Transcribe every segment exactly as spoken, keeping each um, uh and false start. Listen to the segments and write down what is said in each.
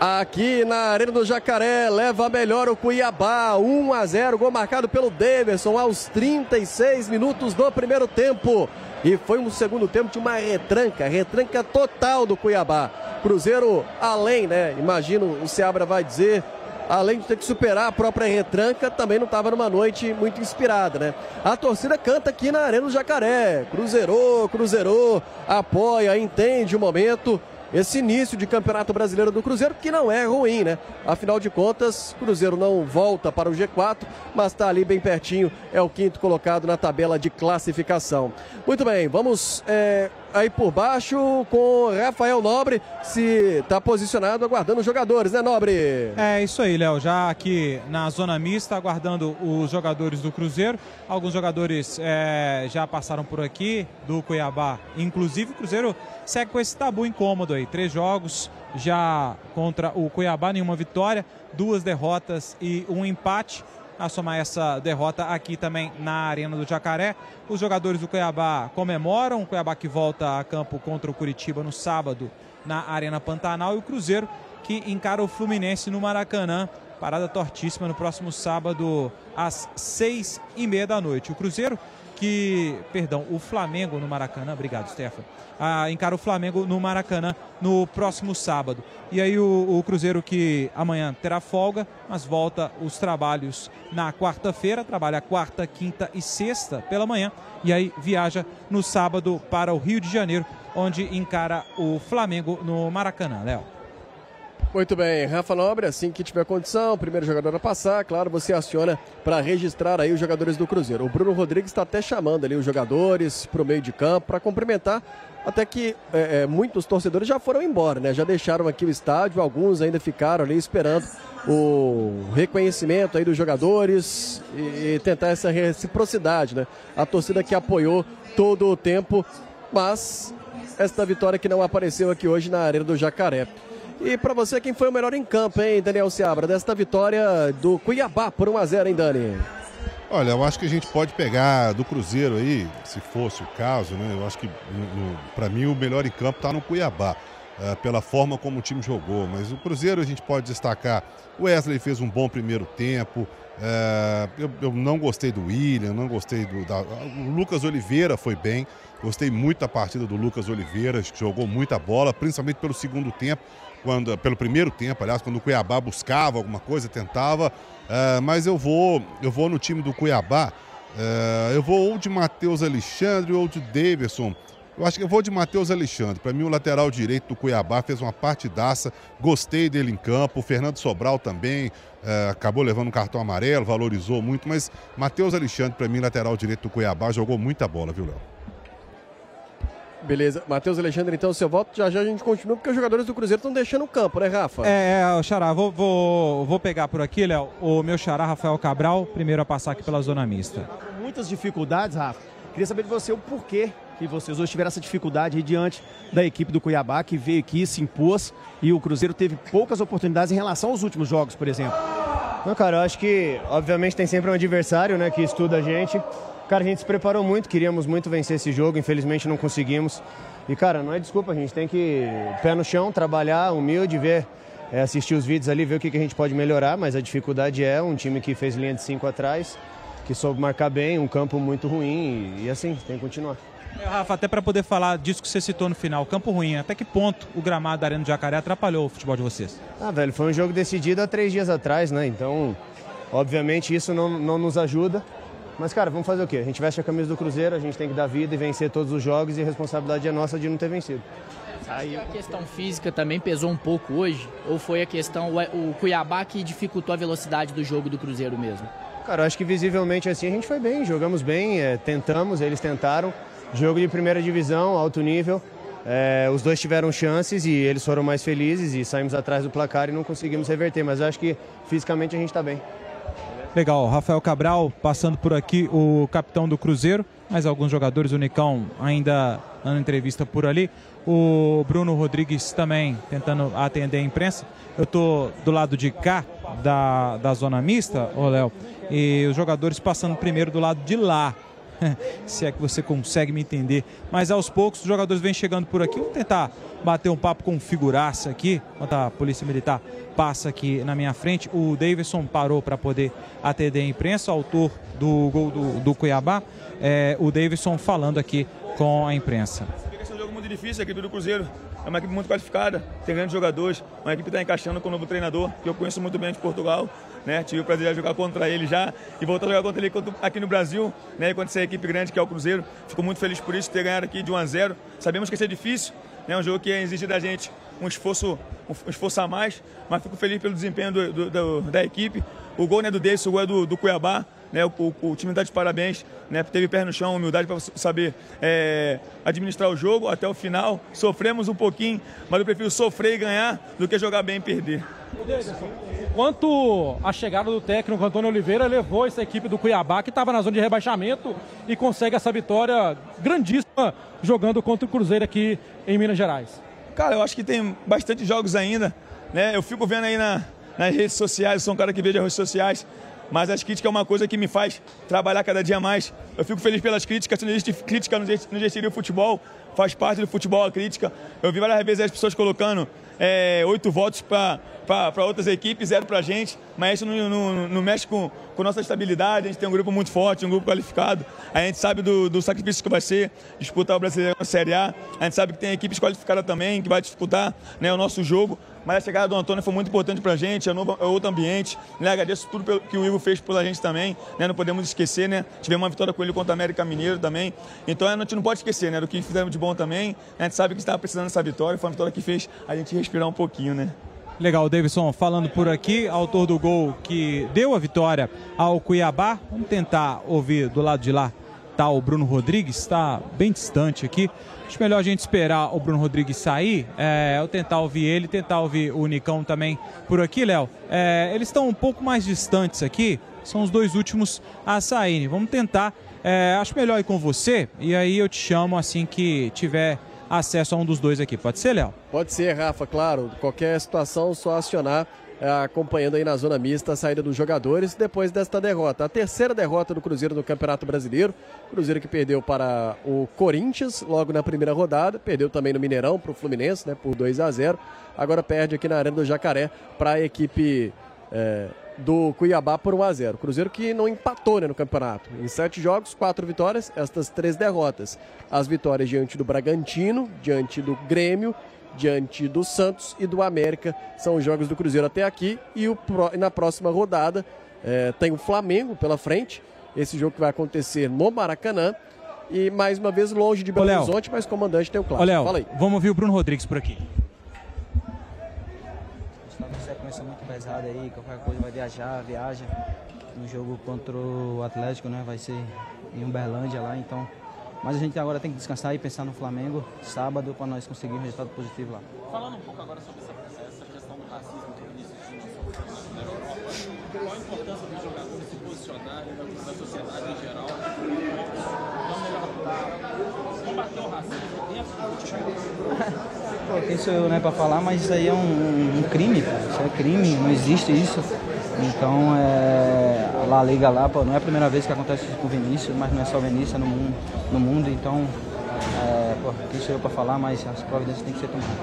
Aqui na Arena do Jacaré, leva melhor o Cuiabá, um a zero, gol marcado pelo Davidson aos trinta e seis minutos do primeiro tempo. E foi um segundo tempo de uma retranca, retranca total do Cuiabá. Cruzeiro além, né? Imagino o Seabra vai dizer, além de ter que superar a própria retranca, também não estava numa noite muito inspirada, né? A torcida canta aqui na Arena do Jacaré, Cruzeirou, Cruzeirou, apoia, entende o momento. Esse início de Campeonato Brasileiro do Cruzeiro, que não é ruim, né? Afinal de contas, Cruzeiro não volta para o G quatro, mas está ali bem pertinho, é o quinto colocado na tabela de classificação. Muito bem, vamos é, aí por baixo com Rafael Nobre, se está posicionado aguardando os jogadores, né, Nobre? É isso aí, Léo, já aqui na zona mista, aguardando os jogadores do Cruzeiro. Alguns jogadores é, já passaram por aqui, do Cuiabá, inclusive o Cruzeiro segue com esse tabu incômodo aí, três jogos já contra o Cuiabá, nenhuma vitória, duas derrotas e um empate. A somar essa derrota aqui também na Arena do Jacaré, os jogadores do Cuiabá comemoram, o Cuiabá que volta a campo contra o Curitiba no sábado na Arena Pantanal, e o Cruzeiro que encara o Fluminense no Maracanã, parada tortíssima no próximo sábado às seis e meia da noite. O Cruzeiro que, perdão, o Flamengo no Maracanã, obrigado, Stefan, ah, encara o Flamengo no Maracanã no próximo sábado. E aí o, o Cruzeiro que amanhã terá folga, mas volta os trabalhos na quarta-feira, trabalha quarta, quinta e sexta pela manhã, e aí viaja no sábado para o Rio de Janeiro, onde encara o Flamengo no Maracanã, Léo. Muito bem, Rafa Nobre, assim que tiver condição, primeiro jogador a passar, claro, você aciona para registrar aí os jogadores do Cruzeiro. O Bruno Rodrigues está até chamando ali os jogadores para o meio de campo, para cumprimentar, até que é, é, muitos torcedores já foram embora, né? Já deixaram aqui o estádio, alguns ainda ficaram ali esperando o reconhecimento aí dos jogadores e, e tentar essa reciprocidade, né? A torcida que apoiou todo o tempo, mas esta vitória que não apareceu aqui hoje na Arena do Jacaré. E para você, quem foi o melhor em campo, hein, Daniel Seabra, desta vitória do Cuiabá por um a zero, hein, Dani? Olha, eu acho que a gente pode pegar do Cruzeiro aí, se fosse o caso, né? Eu acho que, para mim, o melhor em campo está no Cuiabá, uh, pela forma como o time jogou. Mas o Cruzeiro a gente pode destacar, o Wesley fez um bom primeiro tempo, uh, eu, eu não gostei do William, não gostei do... Da, o Lucas Oliveira foi bem, gostei muito da partida do Lucas Oliveira, que jogou muita bola, principalmente pelo segundo tempo, quando, pelo primeiro tempo, aliás, quando o Cuiabá buscava alguma coisa, tentava, uh, mas eu vou, eu vou no time do Cuiabá, uh, eu vou ou de Matheus Alexandre ou de Davidson. Eu acho que eu vou de Matheus Alexandre. Para mim, o lateral direito do Cuiabá fez uma partidaça, gostei dele em campo. O Fernando Sobral também uh, acabou levando um cartão amarelo, valorizou muito, mas Matheus Alexandre, para mim, lateral direito do Cuiabá, jogou muita bola, viu, Léo? Beleza. Matheus Alexandre, então, seu voto, já já a gente continua, porque os jogadores do Cruzeiro estão deixando o campo, né, Rafa? É, é Xará, vou, vou, vou pegar por aqui, Léo, o meu xará, Rafael Cabral, primeiro a passar aqui pela zona mista. Muitas dificuldades, Rafa. Queria saber de você o porquê que vocês hoje tiveram essa dificuldade aí diante da equipe do Cuiabá, que veio aqui, se impôs, e o Cruzeiro teve poucas oportunidades em relação aos últimos jogos, por exemplo. Não, cara, eu acho que, obviamente, tem sempre um adversário, né, que estuda a gente. Cara, a gente se preparou muito, queríamos muito vencer esse jogo, infelizmente não conseguimos. E, cara, não é desculpa, a gente tem que pé no chão, trabalhar, humilde, ver, é, assistir os vídeos ali, ver o que, que a gente pode melhorar, mas a dificuldade é um time que fez linha de cinco atrás, que soube marcar bem, um campo muito ruim e, e assim, tem que continuar. É, Rafa, até para poder falar disso que você citou no final, campo ruim, até que ponto o gramado da Arena do Jacaré atrapalhou o futebol de vocês? Ah, velho, foi um jogo decidido há três dias atrás, né, então, obviamente isso não, não nos ajuda. Mas, cara, vamos fazer o quê? A gente veste a camisa do Cruzeiro, a gente tem que dar vida e vencer todos os jogos, e a responsabilidade é nossa de não ter vencido. Aí a questão física também pesou um pouco hoje? Ou foi a questão, o Cuiabá que dificultou a velocidade do jogo do Cruzeiro mesmo? Cara, eu acho que visivelmente assim a gente foi bem, jogamos bem, é, tentamos, eles tentaram. Jogo de primeira divisão, alto nível. É, os dois tiveram chances e eles foram mais felizes e saímos atrás do placar e não conseguimos reverter. Mas eu acho que fisicamente a gente está bem. Legal, Rafael Cabral passando por aqui, o capitão do Cruzeiro, mas alguns jogadores, o Nicão ainda dando entrevista por ali, o Bruno Rodrigues também tentando atender a imprensa. Eu estou do lado de cá da, da zona mista, ô Léo, e os jogadores passando primeiro do lado de lá. se é que você consegue me entender. Mas aos poucos os jogadores vêm chegando por aqui. Vamos tentar bater um papo com figuraça aqui, enquanto a Polícia Militar passa aqui na minha frente. O Davidson parou para poder atender a imprensa, autor do gol do, do Cuiabá. É, o Davidson falando aqui com a imprensa. Esse é um jogo muito difícil, a equipe do Cruzeiro é uma equipe muito qualificada, tem grandes jogadores, uma equipe que está encaixando com o novo treinador, que eu conheço muito bem de Portugal, né? Tive o prazer de jogar contra ele já e voltar a jogar contra ele aqui no Brasil, né? E contra essa equipe grande que é o Cruzeiro. Fico muito feliz por isso, ter ganhado aqui de um a zero. Sabemos que isso é difícil, né? Um jogo que exige da gente um esforço, um esforço a mais, mas fico feliz pelo desempenho do, do, do, da equipe. O gol não é do Davidson, o gol é do, do Cuiabá. Né, o, o, o time está de parabéns, né, teve pé no chão, humildade para saber é, administrar o jogo até o final. Sofremos um pouquinho, mas eu prefiro sofrer e ganhar do que jogar bem e perder. Quanto a chegada do técnico Antônio Oliveira levou essa equipe do Cuiabá, que estava na zona de rebaixamento, e consegue essa vitória grandíssima jogando contra o Cruzeiro aqui em Minas Gerais? Cara, eu acho que tem bastante jogos ainda, né? Eu fico vendo aí na, nas redes sociais, eu sou um cara que vê as redes sociais, mas as críticas é uma coisa que me faz trabalhar cada dia mais. Eu fico feliz pelas críticas, se não existe crítica não existiria o futebol, faz parte do futebol a crítica. Eu vi várias vezes as pessoas colocando é, oito votos para outras equipes, zero para a gente, mas isso não, não, não mexe com, com nossa estabilidade. A gente tem um grupo muito forte, um grupo qualificado, a gente sabe do, do sacrifício que vai ser disputar o Brasileiro na Série A, a gente sabe que tem equipes qualificadas também, que vai disputar, né, o nosso jogo. Mas a chegada do Antônio foi muito importante pra gente, é, novo, é outro ambiente, né? Agradeço tudo que o Igor fez pela gente também, né? Não podemos esquecer, né? Tivemos uma vitória com ele contra o América Mineiro também, então a gente não pode esquecer, né? Do que fizemos de bom também, a gente sabe que estava precisando dessa vitória, foi uma vitória que fez a gente respirar um pouquinho, né? Legal, Davidson falando por aqui, autor do gol que deu a vitória ao Cuiabá. Vamos tentar ouvir do lado de lá, tá o Bruno Rodrigues, está bem distante aqui. Acho melhor a gente esperar o Bruno Rodrigues sair, é, eu tentar ouvir ele, tentar ouvir o Nicão também por aqui, Léo. É, eles estão um pouco mais distantes aqui, são os dois últimos a saírem. Vamos tentar, é, acho melhor ir com você, e aí eu te chamo assim que tiver acesso a um dos dois aqui. Pode ser, Léo? Pode ser, Rafa, claro. Qualquer situação, só acionar, é, acompanhando aí na zona mista a saída dos jogadores depois desta derrota. A terceira derrota do Cruzeiro no Campeonato Brasileiro. Cruzeiro que perdeu para o Corinthians logo na primeira rodada. Perdeu também no Mineirão para o Fluminense, né, por dois a zero. Agora perde aqui na Arena do Jacaré para a equipe é, do Cuiabá por um a zero. Cruzeiro que não empatou, né, no campeonato. Em sete jogos, quatro vitórias, estas três derrotas. As vitórias diante do Bragantino, diante do Grêmio, diante do Santos e do América são os jogos do Cruzeiro até aqui. E o, na próxima rodada é, tem o Flamengo pela frente. Esse jogo que vai acontecer no Maracanã. E mais uma vez longe de Belo Horizonte, mas comandante tem o clássico. Ô, Léo, fala aí. Vamos ouvir o Bruno Rodrigues por aqui. Está numa sequência muito pesada aí, qualquer coisa vai viajar, viaja. No jogo contra o Atlético, né? Vai ser em Uberlândia lá, então. Mas a gente agora tem que descansar e pensar no Flamengo, sábado, para nós conseguir um resultado positivo lá. Falando um pouco agora sobre essa, essa questão do racismo que o início de na Europa, qual a importância dos jogadores se posicionarem na sociedade em geral para combater o racismo dentro do futebol? Pô, quem sou eu, né, para falar, mas isso aí é um, um crime, cara. Isso é crime, não existe isso. Então, é, a La Liga lá, pô, não é a primeira vez que acontece isso com o Vinícius, mas não é só o Vinícius, é no mundo. No mundo então, é, pô, quem sou eu para falar, mas as providências têm que ser tomadas.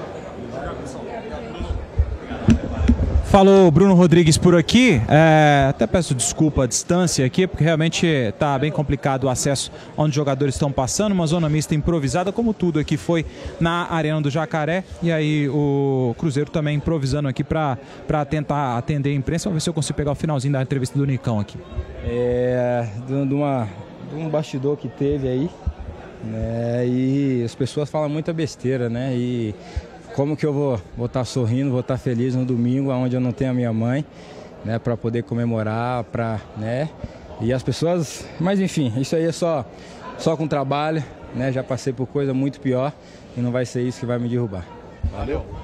Falou Bruno Rodrigues por aqui, é, até peço desculpa a distância aqui, porque realmente está bem complicado o acesso onde os jogadores estão passando, uma zona mista improvisada, como tudo aqui foi na Arena do Jacaré, e aí o Cruzeiro também improvisando aqui para tentar atender a imprensa. Vamos ver se eu consigo pegar o finalzinho da entrevista do Nicão aqui. É, de, uma, de um bastidor que teve aí, né, e as pessoas falam muita besteira, né, e como que eu vou vou estar sorrindo, vou estar feliz no domingo, onde eu não tenho a minha mãe, né, para poder comemorar, para, né, e as pessoas, mas enfim, isso aí é só só com trabalho, né, já passei por coisa muito pior e não vai ser isso que vai me derrubar. Valeu. Valeu.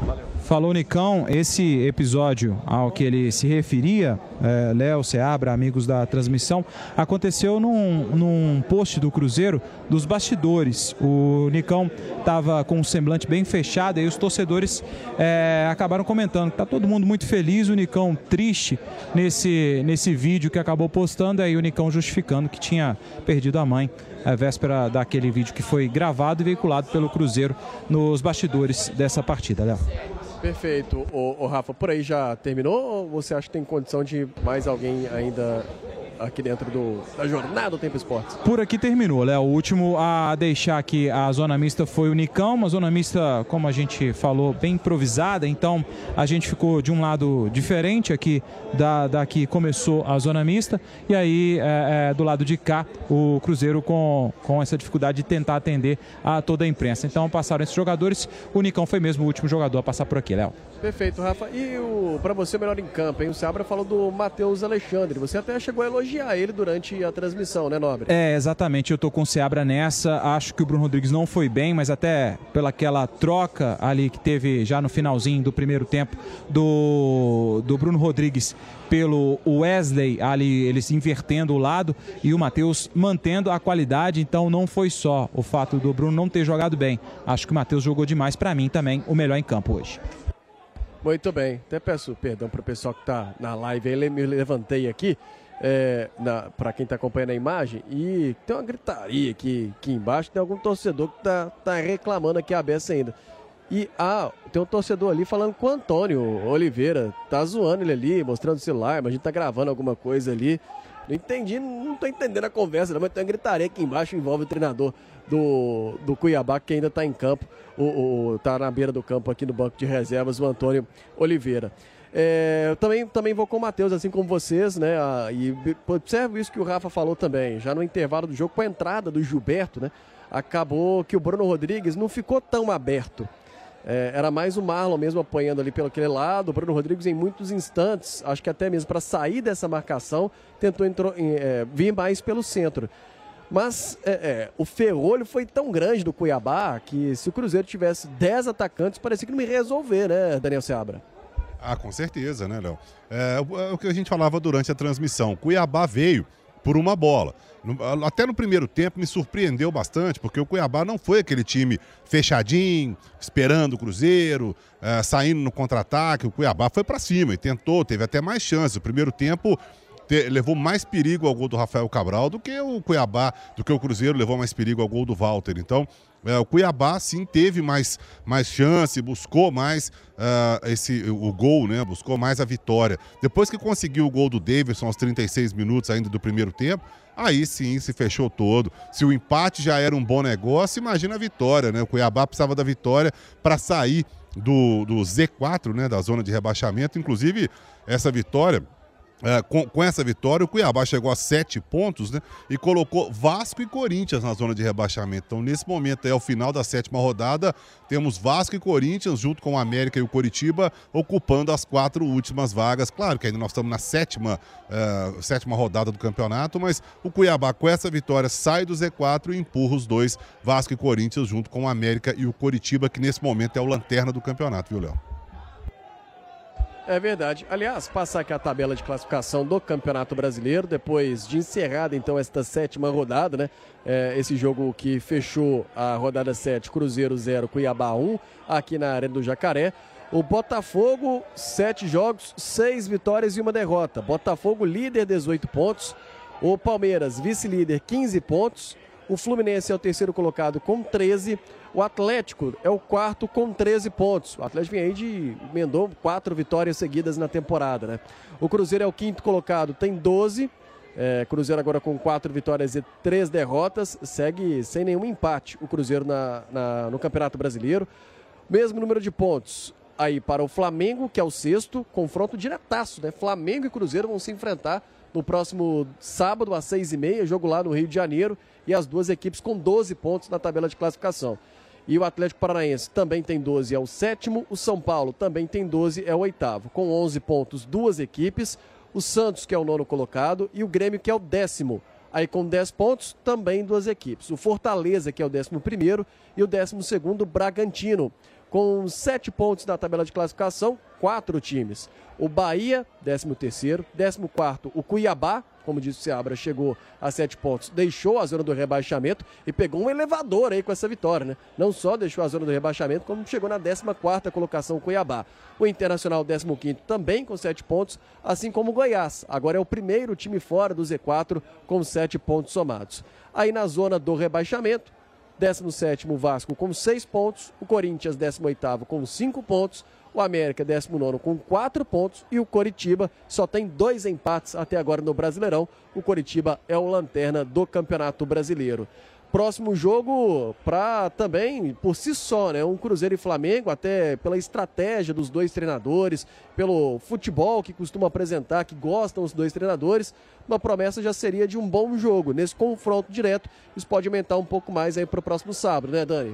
Falou Nicão, esse episódio ao que ele se referia, é, Léo, Seabra, amigos da transmissão, aconteceu num, num post do Cruzeiro dos bastidores. O Nicão estava com um semblante bem fechado e os torcedores é, acabaram comentando que está todo mundo muito feliz, o Nicão triste nesse, nesse vídeo que acabou postando, aí o Nicão justificando que tinha perdido a mãe a véspera daquele vídeo que foi gravado e veiculado pelo Cruzeiro nos bastidores dessa partida, Léo. Perfeito. Ô, ô, Rafa, por aí já terminou ou você acha que tem condição de mais alguém ainda aqui dentro do, da jornada do Tempo Esportes? Por aqui terminou, Léo. O último a deixar aqui a zona mista foi o Nicão, uma zona mista, como a gente falou, bem improvisada, então a gente ficou de um lado diferente aqui da, da que começou a zona mista, e aí é, é, do lado de cá o Cruzeiro com, com essa dificuldade de tentar atender a toda a imprensa. Então passaram esses jogadores, o Nicão foi mesmo o último jogador a passar por aqui, Léo. Perfeito, Rafa. E para você, o melhor em campo, hein? O Seabra falou do Matheus Alexandre. Você até chegou a elogiar ele durante a transmissão, né, Nobre? É, exatamente. Eu tô com o Seabra nessa. Acho que o Bruno Rodrigues não foi bem, mas até pelaquela troca ali que teve já no finalzinho do primeiro tempo do, do Bruno Rodrigues pelo Wesley, ali eles invertendo o lado e o Matheus mantendo a qualidade. Então não foi só o fato do Bruno não ter jogado bem. Acho que o Matheus jogou demais. Para mim também o melhor em campo hoje. Muito bem, até peço perdão para o pessoal que está na live, eu me levantei aqui, é, para quem está acompanhando a imagem, e tem uma gritaria aqui, aqui embaixo, tem algum torcedor que está tá reclamando aqui a beça ainda. E ah, tem um torcedor ali falando com o Antônio Oliveira, tá zoando ele ali, mostrando o celular, mas a gente tá gravando alguma coisa ali. Não entendi, não tô entendendo a conversa, não, mas tem uma gritaria aqui embaixo, envolve o treinador do, do Cuiabá, que ainda tá em campo, o, o, tá na beira do campo aqui no banco de reservas, o Antônio Oliveira. É, eu também, também vou com o Matheus, assim como vocês, né? Ah, e observe isso que o Rafa falou também, já no intervalo do jogo, com a entrada do Gilberto, né? Acabou que o Bruno Rodrigues não ficou tão aberto. É, era mais o Marlon mesmo apanhando ali pelo aquele lado. O Bruno Rodrigues em muitos instantes, acho que até mesmo para sair dessa marcação, tentou entro, é, vir mais pelo centro. Mas é, é, o ferrolho foi tão grande do Cuiabá que se o Cruzeiro tivesse dez atacantes, parecia que não ia resolver, né, Daniel Seabra? Ah, com certeza, né, Léo? É, é o que a gente falava durante a transmissão. Cuiabá veio por uma bola. Até no primeiro tempo me surpreendeu bastante, porque o Cuiabá não foi aquele time fechadinho, esperando o Cruzeiro, é, saindo no contra-ataque. O Cuiabá foi para cima e tentou, teve até mais chances. O primeiro tempo te, levou mais perigo ao gol do Rafael Cabral do que o Cuiabá, do que o Cruzeiro levou mais perigo ao gol do Walter. Então, é, o Cuiabá sim teve mais, mais chance, buscou mais uh, esse, o gol, né? Buscou mais a vitória. Depois que conseguiu o gol do Davidson aos trinta e seis minutos ainda do primeiro tempo, aí sim se fechou todo. Se o empate já era um bom negócio, imagina a vitória, né? O Cuiabá precisava da vitória para sair do, do Z quatro, né? Da zona de rebaixamento. Inclusive, essa vitória... É, com, com essa vitória, o Cuiabá chegou a sete pontos, né, e colocou Vasco e Corinthians na zona de rebaixamento. Então, nesse momento, é o final da sétima rodada, temos Vasco e Corinthians, junto com o América e o Coritiba, ocupando as quatro últimas vagas. Claro que ainda nós estamos na sétima, uh, sétima rodada do campeonato, mas o Cuiabá, com essa vitória, sai do Z quatro e empurra os dois, Vasco e Corinthians, junto com o América e o Coritiba, que nesse momento é o lanterna do campeonato, viu, Léo? É verdade. Aliás, passar aqui a tabela de classificação do Campeonato Brasileiro, depois de encerrada então esta sétima rodada, né? É, esse jogo que fechou a rodada sete, Cruzeiro zero, Cuiabá um, aqui na Arena do Jacaré. O Botafogo, sete jogos, seis vitórias e uma derrota. Botafogo líder, dezoito pontos. O Palmeiras, vice-líder, quinze pontos. O Fluminense é o terceiro colocado com treze. O Atlético é o quarto com treze pontos. O Atlético vem aí de emendou quatro vitórias seguidas na temporada, né? O Cruzeiro é o quinto colocado, tem doze. É, Cruzeiro agora com quatro vitórias e três derrotas. Segue sem nenhum empate o Cruzeiro na, na, no Campeonato Brasileiro. Mesmo número de pontos aí para o Flamengo, que é o sexto. Confronto diretaço, né? Flamengo e Cruzeiro vão se enfrentar no próximo sábado, às seis e meia, jogo lá no Rio de Janeiro, e as duas equipes com doze pontos na tabela de classificação. E o Atlético Paranaense também tem doze, é o sétimo, o São Paulo também tem doze, é o oitavo. Com onze pontos, duas equipes, o Santos, que é o nono colocado, e o Grêmio, que é o décimo. Aí com dez pontos, também duas equipes. O Fortaleza, que é o décimo primeiro, e o décimo segundo, o Bragantino, com sete pontos na tabela de classificação, quatro times. O Bahia, décimo terceiro, décimo quarto o Cuiabá, como disse o Seabra, chegou a sete pontos, deixou a zona do rebaixamento e pegou um elevador aí com essa vitória, né? Não só deixou a zona do rebaixamento, como chegou na décima quarta colocação o Cuiabá. O Internacional, décimo quinto, também com sete pontos, assim como o Goiás. Agora é o primeiro time fora do Z quatro com sete pontos somados. Aí na zona do rebaixamento, décimo sétimo o Vasco com seis pontos, o Corinthians, décimo oitavo com cinco pontos, o América, décimo nono com quatro pontos e o Coritiba só tem dois empates até agora no Brasileirão. O Coritiba é o lanterna do Campeonato Brasileiro. Próximo jogo para também, por si só, né? Um Cruzeiro e Flamengo, até pela estratégia dos dois treinadores, pelo futebol que costuma apresentar, que gostam os dois treinadores, uma promessa já seria de um bom jogo. Nesse confronto direto, isso pode aumentar um pouco mais aí para o próximo sábado, né, Dani?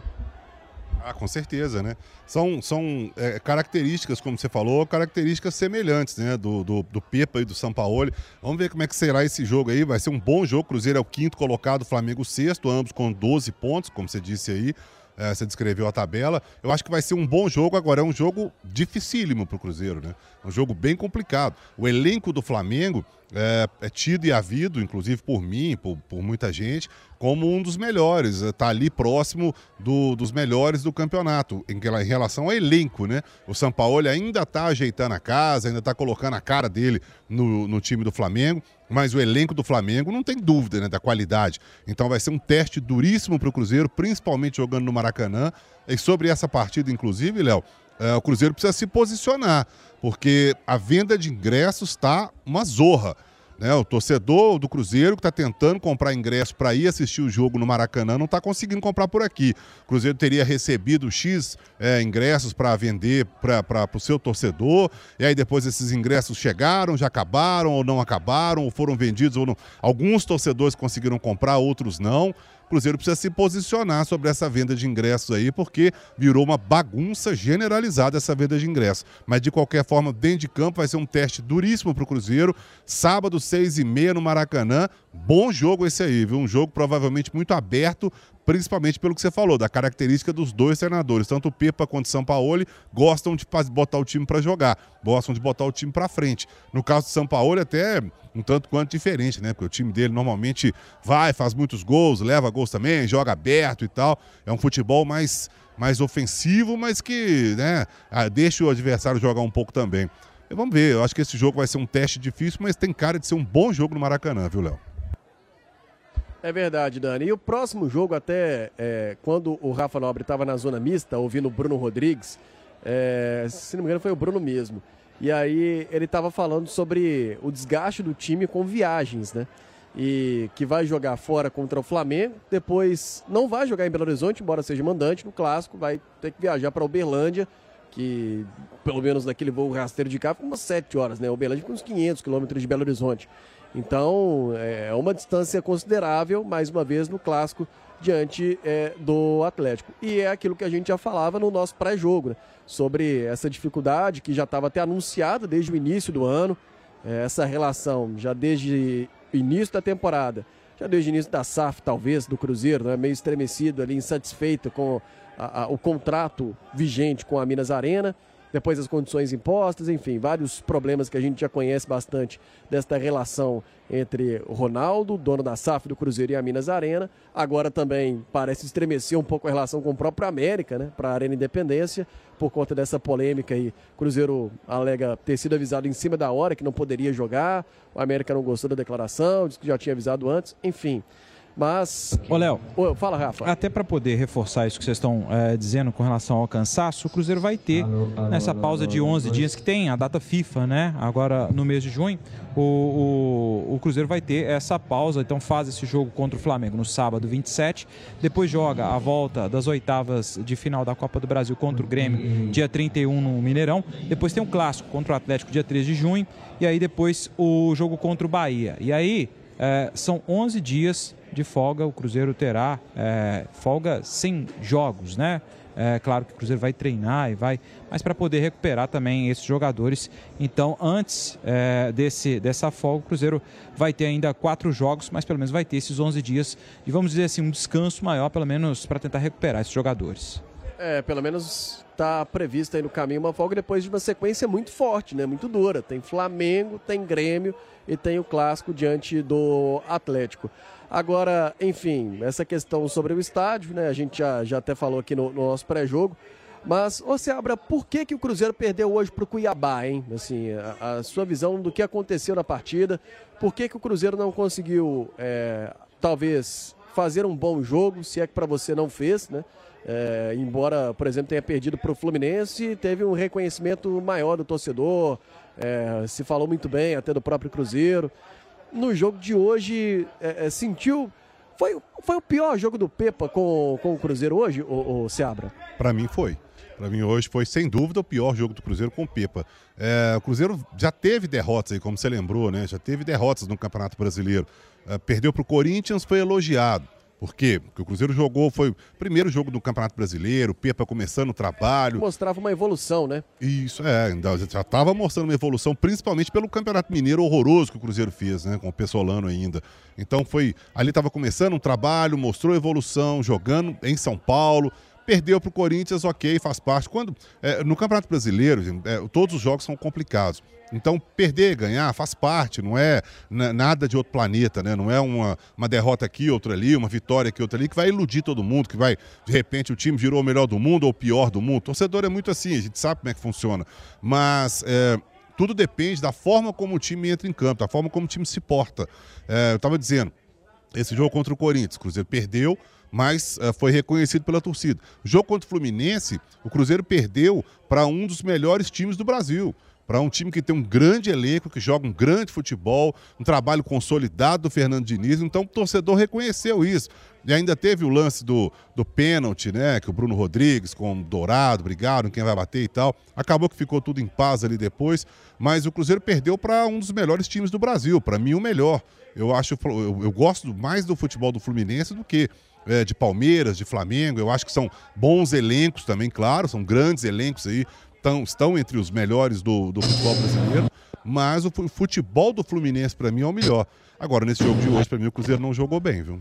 Ah, com certeza, né? São, são é, características, como você falou, características semelhantes, né? Do, do, do Pepa e do Sampaoli. Vamos ver como é que será esse jogo aí. Vai ser um bom jogo. Cruzeiro é o quinto colocado, Flamengo o sexto, ambos com doze pontos, como você disse aí. É, você descreveu a tabela. Eu acho que vai ser um bom jogo. Agora é um jogo dificílimo para o Cruzeiro, né? Um jogo bem complicado. O elenco do Flamengo é, é tido e havido, inclusive por mim, por, por muita gente, como um dos melhores. Está ali próximo do, dos melhores do campeonato, em, em relação ao elenco, né? O Sampaoli ainda está ajeitando a casa, ainda está colocando a cara dele no, no time do Flamengo, mas o elenco do Flamengo não tem dúvida, né, da qualidade. Então vai ser um teste duríssimo para o Cruzeiro, principalmente jogando no Maracanã. E sobre essa partida, inclusive, Léo, é, o Cruzeiro precisa se posicionar, porque a venda de ingressos está uma zorra, né? O torcedor do Cruzeiro que está tentando comprar ingresso para ir assistir o jogo no Maracanã não está conseguindo comprar por aqui. O Cruzeiro teria recebido X é, ingressos para vender para o seu torcedor, e aí depois esses ingressos chegaram, já acabaram ou não acabaram, ou foram vendidos ou não. Alguns torcedores conseguiram comprar, outros não. O Cruzeiro precisa se posicionar sobre essa venda de ingressos aí, porque virou uma bagunça generalizada essa venda de ingressos. Mas de qualquer forma, dentro de campo vai ser um teste duríssimo para o Cruzeiro. Sábado, seis e meia no Maracanã. Bom jogo esse aí, viu? Um jogo provavelmente muito aberto, principalmente pelo que você falou, da característica dos dois treinadores. Tanto o Pepa quanto o Sampaoli gostam de botar o time para jogar, gostam de botar o time para frente. No caso do Sampaoli, até um tanto quanto diferente, né? Porque o time dele normalmente vai, faz muitos gols, leva gols também, joga aberto e tal. É um futebol mais, mais ofensivo, mas que, né, deixa o adversário jogar um pouco também. E vamos ver, eu acho que esse jogo vai ser um teste difícil, mas tem cara de ser um bom jogo no Maracanã, viu, Léo? É verdade, Dani. E o próximo jogo, até é, quando o Rafa Nobre estava na zona mista, ouvindo o Bruno Rodrigues, é, se não me engano foi o Bruno mesmo, e aí ele estava falando sobre o desgaste do time com viagens, né? E que vai jogar fora contra o Flamengo, depois não vai jogar em Belo Horizonte, embora seja mandante no Clássico, vai ter que viajar para Uberlândia, que pelo menos naquele voo rasteiro de cá, umas sete horas, né? Uberlândia fica uns quinhentos quilômetros de Belo Horizonte. Então, é uma distância considerável, mais uma vez, no Clássico, diante é, do Atlético. E é aquilo que a gente já falava no nosso pré-jogo, né? Sobre essa dificuldade que já estava até anunciada desde o início do ano, é, essa relação já desde o início da temporada, já desde o início da S A F, talvez, do Cruzeiro, né? Meio estremecido ali, insatisfeito com a, a, o contrato vigente com a Minas Arena, depois as condições impostas, enfim, vários problemas que a gente já conhece bastante desta relação entre o Ronaldo, dono da S A F do Cruzeiro, e a Minas Arena. Agora também parece estremecer um pouco a relação com o próprio América, né, para a Arena Independência, por conta dessa polêmica aí. O Cruzeiro alega ter sido avisado em cima da hora que não poderia jogar, o América não gostou da declaração, disse que já tinha avisado antes, enfim. Mas... Ô, Léo. Ô, fala, Rafa. Até para poder reforçar isso que vocês estão é, dizendo com relação ao cansaço, o Cruzeiro vai ter, alô, alô, nessa pausa alô, de onze alô, dias que tem a data FIFA, né? Agora no mês de junho, o, o, o Cruzeiro vai ter essa pausa, então faz esse jogo contra o Flamengo no sábado vinte e sete, depois joga a volta das oitavas de final da Copa do Brasil contra o Grêmio, dia trinta e um no Mineirão, depois tem um clássico contra o Atlético, dia três de junho, e aí depois o jogo contra o Bahia. E aí é, são onze dias de folga, o Cruzeiro terá é, folga sem jogos, né? É claro que o Cruzeiro vai treinar e vai, mas para poder recuperar também esses jogadores. Então, antes é, desse, dessa folga, o Cruzeiro vai ter ainda quatro jogos, mas pelo menos vai ter esses onze dias e, vamos dizer assim, um descanso maior, pelo menos para tentar recuperar esses jogadores. É, pelo menos está prevista aí no caminho uma folga depois de uma sequência muito forte, né? Muito dura. Tem Flamengo, tem Grêmio e tem o Clássico diante do Atlético. Agora, enfim, essa questão sobre o estádio, né? A gente já, já até falou aqui no, no nosso pré-jogo. Mas, ô Seabra, por que, que o Cruzeiro perdeu hoje para o Cuiabá, hein? Assim, a, a sua visão do que aconteceu na partida. Por que, que o Cruzeiro não conseguiu, é, talvez, fazer um bom jogo, se é que para você não fez, né? É, embora, por exemplo, tenha perdido para o Fluminense, teve um reconhecimento maior do torcedor, é, se falou muito bem até do próprio Cruzeiro. No jogo de hoje, é, é, sentiu... Foi, foi o pior jogo do Pepa com, com o Cruzeiro hoje, ô, ô Seabra? Para mim foi. Para mim hoje foi, sem dúvida, o pior jogo do Cruzeiro com o Pepa. É, o Cruzeiro já teve derrotas aí, como você lembrou, né? Já teve derrotas no Campeonato Brasileiro. É, perdeu para o Corinthians, foi elogiado. Por quê? Porque o Cruzeiro jogou, foi o primeiro jogo do Campeonato Brasileiro, o Pepa começando o trabalho. Mostrava uma evolução, né? Isso, é, ainda já estava mostrando uma evolução, principalmente pelo Campeonato Mineiro horroroso que o Cruzeiro fez, né? Com o Pessolano ainda. Então foi, ali estava começando um trabalho, mostrou evolução, jogando em São Paulo. Perdeu para o Corinthians, ok, faz parte. Quando, é, no Campeonato Brasileiro, é, todos os jogos são complicados. Então, perder e ganhar faz parte, não é nada de outro planeta, né? Não é uma, uma derrota aqui, outra ali, uma vitória aqui, outra ali, que vai iludir todo mundo, que vai, de repente, o time virou o melhor do mundo ou o pior do mundo. O torcedor é muito assim, a gente sabe como é que funciona. Mas é, tudo depende da forma como o time entra em campo, da forma como o time se porta. É, eu estava dizendo, esse jogo contra o Corinthians, o Cruzeiro perdeu, mas uh, foi reconhecido pela torcida. O jogo contra o Fluminense, o Cruzeiro perdeu para um dos melhores times do Brasil. Para um time que tem um grande elenco, que joga um grande futebol, um trabalho consolidado do Fernando Diniz, então o torcedor reconheceu isso. E ainda teve o lance do, do pênalti, né, que o Bruno Rodrigues com o Dourado brigaram, quem vai bater e tal. Acabou que ficou tudo em paz ali depois, mas o Cruzeiro perdeu para um dos melhores times do Brasil, para mim o melhor. Eu, acho, eu, eu gosto mais do futebol do Fluminense do que é, de Palmeiras, de Flamengo. Eu acho que são bons elencos também, claro, são grandes elencos aí. Estão, estão entre os melhores do, do futebol brasileiro, mas o futebol do Fluminense, para mim, é o melhor. Agora, nesse jogo de hoje, para mim, o Cruzeiro não jogou bem, viu?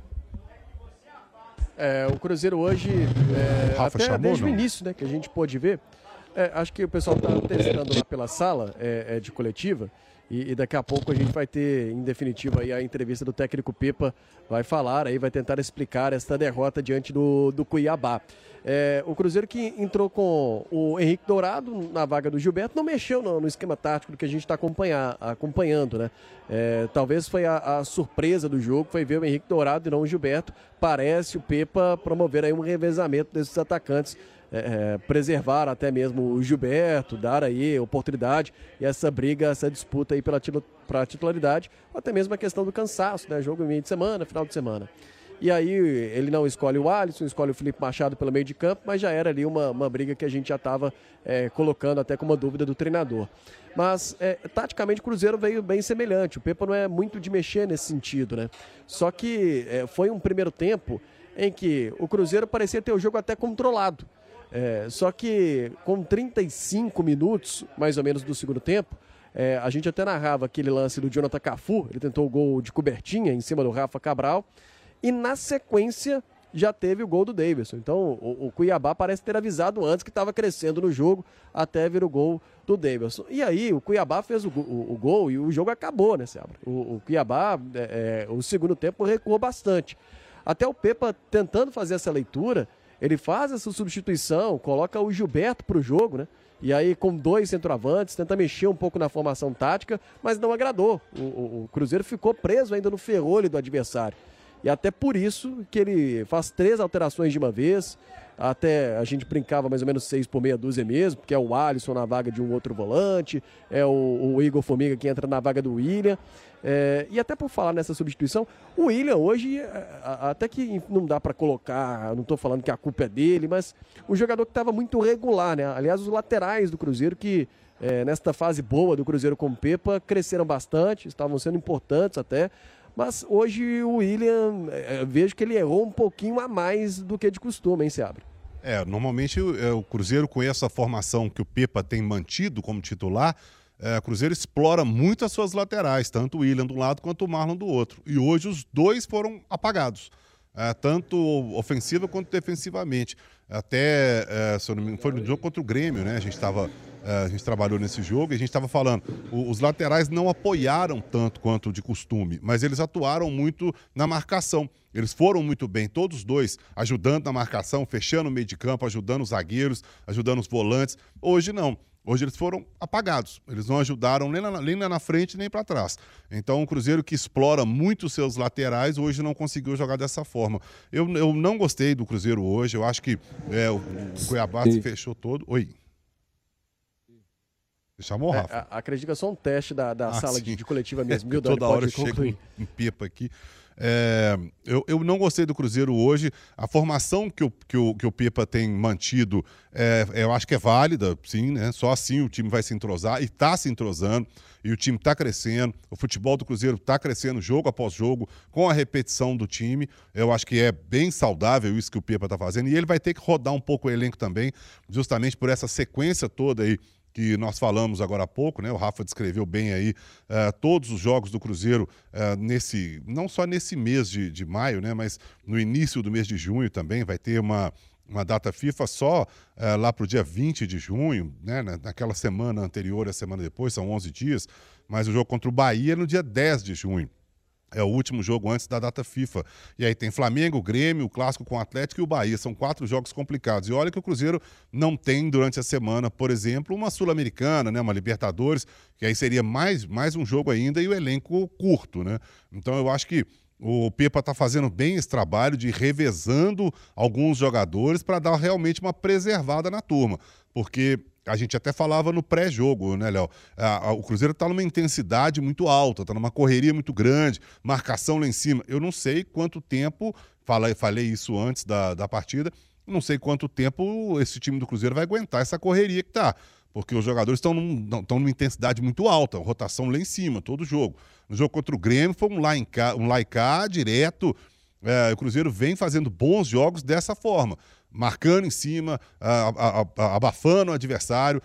É, o Cruzeiro hoje, é, Rafa até chamou, desde não? o início, né, que a gente pôde ver, é, acho que o pessoal está testando lá pela sala é, é, de coletiva, e, e daqui a pouco a gente vai ter, em definitivo, aí a entrevista do técnico Pepa, vai falar, aí vai tentar explicar esta derrota diante do, do Cuiabá. É, o Cruzeiro que entrou com o Henrique Dourado na vaga do Gilberto, não mexeu no, no esquema tático do que a gente está acompanhando, né? É, talvez foi a, a surpresa do jogo, foi ver o Henrique Dourado e não o Gilberto. Parece o Pepa promover aí um revezamento desses atacantes, é, é, preservar até mesmo o Gilberto, dar aí oportunidade e essa briga, essa disputa aí pela pra titularidade, ou até mesmo a questão do cansaço, né? Jogo em meio de semana, final de semana. E aí ele não escolhe o Alisson, escolhe o Felipe Machado pelo meio de campo, mas já era ali uma, uma briga que a gente já estava é, colocando até como uma dúvida do treinador. Mas, é, taticamente, o Cruzeiro veio bem semelhante. O Pepa não é muito de mexer nesse sentido, né? Só que é, foi um primeiro tempo em que o Cruzeiro parecia ter o jogo até controlado. É, só que com trinta e cinco minutos, mais ou menos, do segundo tempo, é, a gente até narrava aquele lance do Jonathan Cafu, ele tentou o gol de cobertinha em cima do Rafa Cabral, e na sequência já teve o gol do Davidson. Então o, o Cuiabá parece ter avisado antes que estava crescendo no jogo até vir o gol do Davidson. E aí o Cuiabá fez o, o, o gol e o jogo acabou, né, Seabra? O, o Cuiabá, é, é, o segundo tempo recuou bastante. Até o Pepa tentando fazer essa leitura, ele faz essa substituição, coloca o Gilberto para o jogo, né? E aí com dois centroavantes, tenta mexer um pouco na formação tática, mas não agradou. O, o, o Cruzeiro ficou preso ainda no ferrolho do adversário. E até por isso que ele faz três alterações de uma vez, até a gente brincava mais ou menos seis por meia dúzia mesmo, porque é o Alisson na vaga de um outro volante, é o, o Igor Formiga que entra na vaga do William. É, e até por falar nessa substituição, o William hoje, até que não dá para colocar, não estou falando que a culpa é dele, mas um jogador que estava muito regular, né? Aliás, os laterais do Cruzeiro que, é, nesta fase boa do Cruzeiro com o Pepa, cresceram bastante, estavam sendo importantes até. Mas hoje o William, eu vejo que ele errou um pouquinho a mais do que de costume, hein, Seabra? É, normalmente o, o Cruzeiro, com essa formação que o Pepa tem mantido como titular, é, o Cruzeiro explora muito as suas laterais, tanto o William de um lado quanto o Marlon do outro. E hoje os dois foram apagados, é, tanto ofensiva quanto defensivamente. até, é, se eu não me engano, foi no jogo contra o Grêmio, né? A gente estava... A gente trabalhou nesse jogo e a gente estava falando, os laterais não apoiaram tanto quanto de costume, mas eles atuaram muito na marcação. Eles foram muito bem, todos os dois, ajudando na marcação, fechando o meio de campo, ajudando os zagueiros, ajudando os volantes. Hoje não. Hoje eles foram apagados. Eles não ajudaram nem na, nem na frente nem para trás. Então o Cruzeiro, que explora muito os seus laterais, hoje não conseguiu jogar dessa forma. Eu, eu não gostei do Cruzeiro hoje. Eu acho que é, o, o Cuiabá se fechou todo. Oi. Chamou, Rafa? É, acredito que é só um teste da, da ah, sala de, de coletiva mesmo. É, toda hora chega um, um pipa aqui. É, eu, eu não gostei do Cruzeiro hoje. A formação que o, que o, que o Pipa tem mantido, é, eu acho que é válida, sim, né? Só assim o time vai se entrosar e está se entrosando. E o time está crescendo. O futebol do Cruzeiro está crescendo jogo após jogo, com a repetição do time. Eu acho que é bem saudável isso que o Pipa está fazendo. E ele vai ter que rodar um pouco o elenco também, justamente por essa sequência toda aí que nós falamos agora há pouco, né? O Rafa descreveu bem aí uh, todos os jogos do Cruzeiro uh, nesse, não só nesse mês de, de maio, né? Mas no início do mês de junho também vai ter uma, uma data FIFA só uh, lá para o dia vinte de junho, né? Naquela semana anterior, a semana depois, são onze dias, mas o jogo contra o Bahia é no dia dez de junho. É o último jogo antes da data FIFA. E aí tem Flamengo, Grêmio, o Clássico com o Atlético e o Bahia. São quatro jogos complicados. E olha que o Cruzeiro não tem durante a semana, por exemplo, uma Sul-Americana, né, uma Libertadores, que aí seria mais, mais um jogo ainda e o elenco curto, né? Então eu acho que o Pepa está fazendo bem esse trabalho de ir revezando alguns jogadores para dar realmente uma preservada na turma. Porque a gente até falava no pré-jogo, né, Léo? O Cruzeiro está numa intensidade muito alta, está numa correria muito grande, marcação lá em cima. Eu não sei quanto tempo, falei, falei isso antes da, da partida, não sei quanto tempo esse time do Cruzeiro vai aguentar essa correria que está. Porque os jogadores estão num, numa intensidade muito alta, rotação lá em cima, todo jogo. No jogo contra o Grêmio foi um lá, em cá, um lá e cá, direto. É, o Cruzeiro vem fazendo bons jogos dessa forma, marcando em cima, a, a, a, abafando o adversário.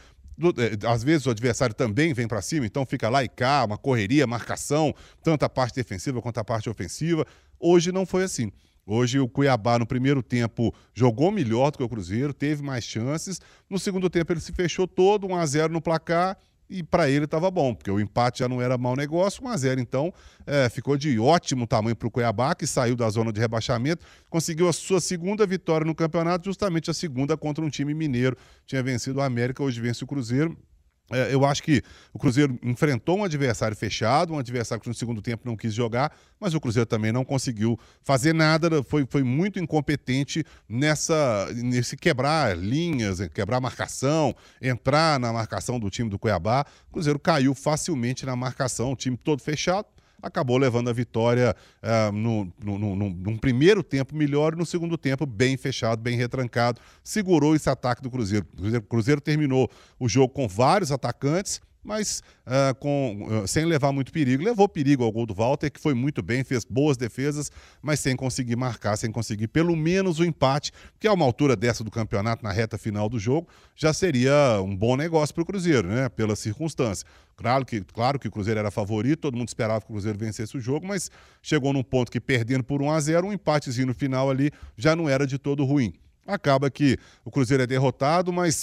Às vezes o adversário também vem para cima, então fica lá e cá, uma correria, marcação, tanto a parte defensiva quanto a parte ofensiva. Hoje não foi assim. Hoje o Cuiabá, no primeiro tempo, jogou melhor do que o Cruzeiro, teve mais chances. No segundo tempo ele se fechou todo, um a zero no placar, e para ele estava bom, porque o empate já não era mau negócio. um a zero, então, é, ficou de ótimo tamanho para o Cuiabá, que saiu da zona de rebaixamento, conseguiu a sua segunda vitória no campeonato, justamente a segunda contra um time mineiro. Tinha vencido o América, hoje vence o Cruzeiro. É, eu acho que o Cruzeiro enfrentou um adversário fechado, um adversário que no segundo tempo não quis jogar, mas o Cruzeiro também não conseguiu fazer nada, foi, foi muito incompetente nessa, nesse quebrar linhas, quebrar marcação, entrar na marcação do time do Cuiabá. O Cruzeiro caiu facilmente na marcação, o time todo fechado. Acabou levando a vitória uh, no, no, no, no, num primeiro tempo melhor e no segundo tempo bem fechado, bem retrancado. Segurou esse ataque do Cruzeiro. O Cruzeiro, Cruzeiro terminou o jogo com vários atacantes, mas uh, com, uh, sem levar muito perigo. Levou perigo ao gol do Walter, que foi muito bem, fez boas defesas, mas sem conseguir marcar, sem conseguir pelo menos o empate, que a uma altura dessa do campeonato, na reta final do jogo, já seria um bom negócio para o Cruzeiro, né? Pela circunstância. Claro que, claro que o Cruzeiro era favorito, todo mundo esperava que o Cruzeiro vencesse o jogo, mas chegou num ponto que, perdendo por um a zero, um empatezinho no final ali já não era de todo ruim. Acaba que o Cruzeiro é derrotado, mas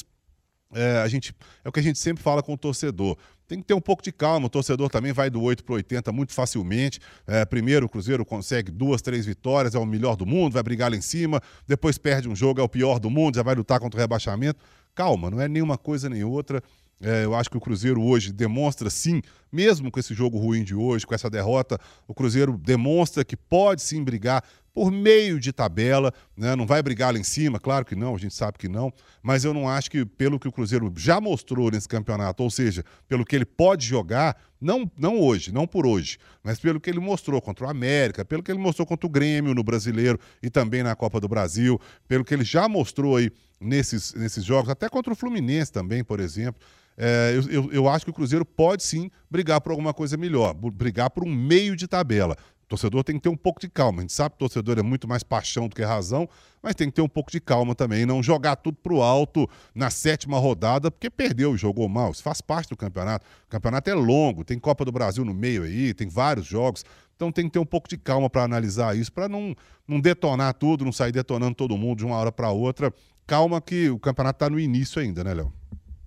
é, a gente, é o que a gente sempre fala com o torcedor. Tem que ter um pouco de calma, o torcedor também vai do oito para o oitenta muito facilmente. É, primeiro o Cruzeiro consegue duas, três vitórias, é o melhor do mundo, vai brigar lá em cima, depois perde um jogo, é o pior do mundo, já vai lutar contra o rebaixamento. Calma, não é nenhuma coisa nem outra. É, eu acho que o Cruzeiro hoje demonstra sim, mesmo com esse jogo ruim de hoje, com essa derrota, o Cruzeiro demonstra que pode sim brigar por meio de tabela, né? Não vai brigar lá em cima, claro que não, a gente sabe que não, mas eu não acho que pelo que o Cruzeiro já mostrou nesse campeonato, ou seja, pelo que ele pode jogar, não, não hoje, não por hoje, mas pelo que ele mostrou contra o América, pelo que ele mostrou contra o Grêmio no Brasileiro e também na Copa do Brasil, pelo que ele já mostrou aí nesses, nesses jogos, até contra o Fluminense também, por exemplo. É, eu, eu, eu acho que o Cruzeiro pode sim brigar por alguma coisa melhor, brigar por um meio de tabela. O torcedor tem que ter um pouco de calma. A gente sabe que o torcedor é muito mais paixão do que razão, mas tem que ter um pouco de calma também, não jogar tudo pro alto na sétima rodada, porque perdeu e jogou mal. Isso faz parte do campeonato. O campeonato é longo, tem Copa do Brasil no meio aí, tem vários jogos. Então tem que ter um pouco de calma para analisar isso, para não, não detonar tudo, não sair detonando todo mundo de uma hora para outra calma que o campeonato está no início ainda, né, Léo?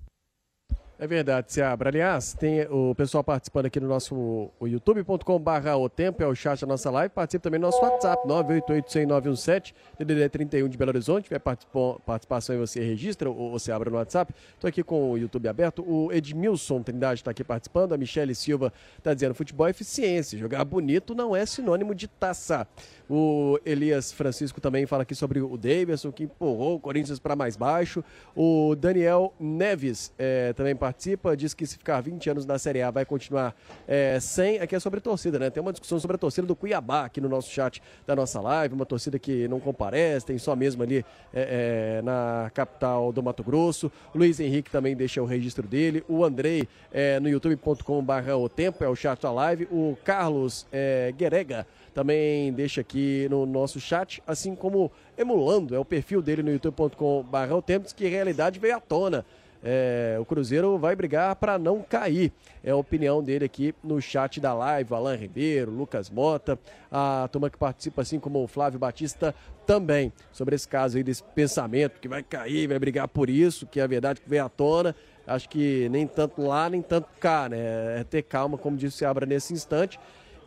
É verdade, Seabra. Aliás, tem o pessoal participando aqui no nosso youtube ponto com barra o tempo, é o chat da nossa live. Participe também no nosso WhatsApp, nove oito oito, cem, nove um sete, D D D trinta e um de Belo Horizonte. Se tiver participação aí, você registra ou você abre no WhatsApp. Estou aqui com o YouTube aberto. O Edmilson Trindade está aqui participando. A Michele Silva está dizendo: futebol é eficiência. Jogar bonito não é sinônimo de taça. O Elias Francisco também fala aqui sobre o Davidson, que empurrou o Corinthians para mais baixo. O Daniel Neves é, também participa, diz que se ficar vinte anos na Série A vai continuar é, sem. Aqui é sobre torcida, né? Tem uma discussão sobre a torcida do Cuiabá aqui no nosso chat da nossa live, uma torcida que não comparece, tem só mesmo ali é, é, na capital do Mato Grosso. O Luiz Henrique também deixa o registro dele. O Andrei é, no youtube ponto com barra o tempo, é o chat da live. O Carlos é, Guerega também deixa aqui no nosso chat, assim como emulando, é o perfil dele no youtube ponto com barra o tempo, que realidade veio à tona. É, o Cruzeiro vai brigar para não cair. É a opinião dele aqui no chat da live. Alan Ribeiro, Lucas Mota, a turma que participa, assim como o Flávio Batista também, sobre esse caso aí, desse pensamento que vai cair, vai brigar por isso, que é a verdade que veio à tona. Acho que nem tanto lá, nem tanto cá, né? É ter calma, como disse o Seabra nesse instante.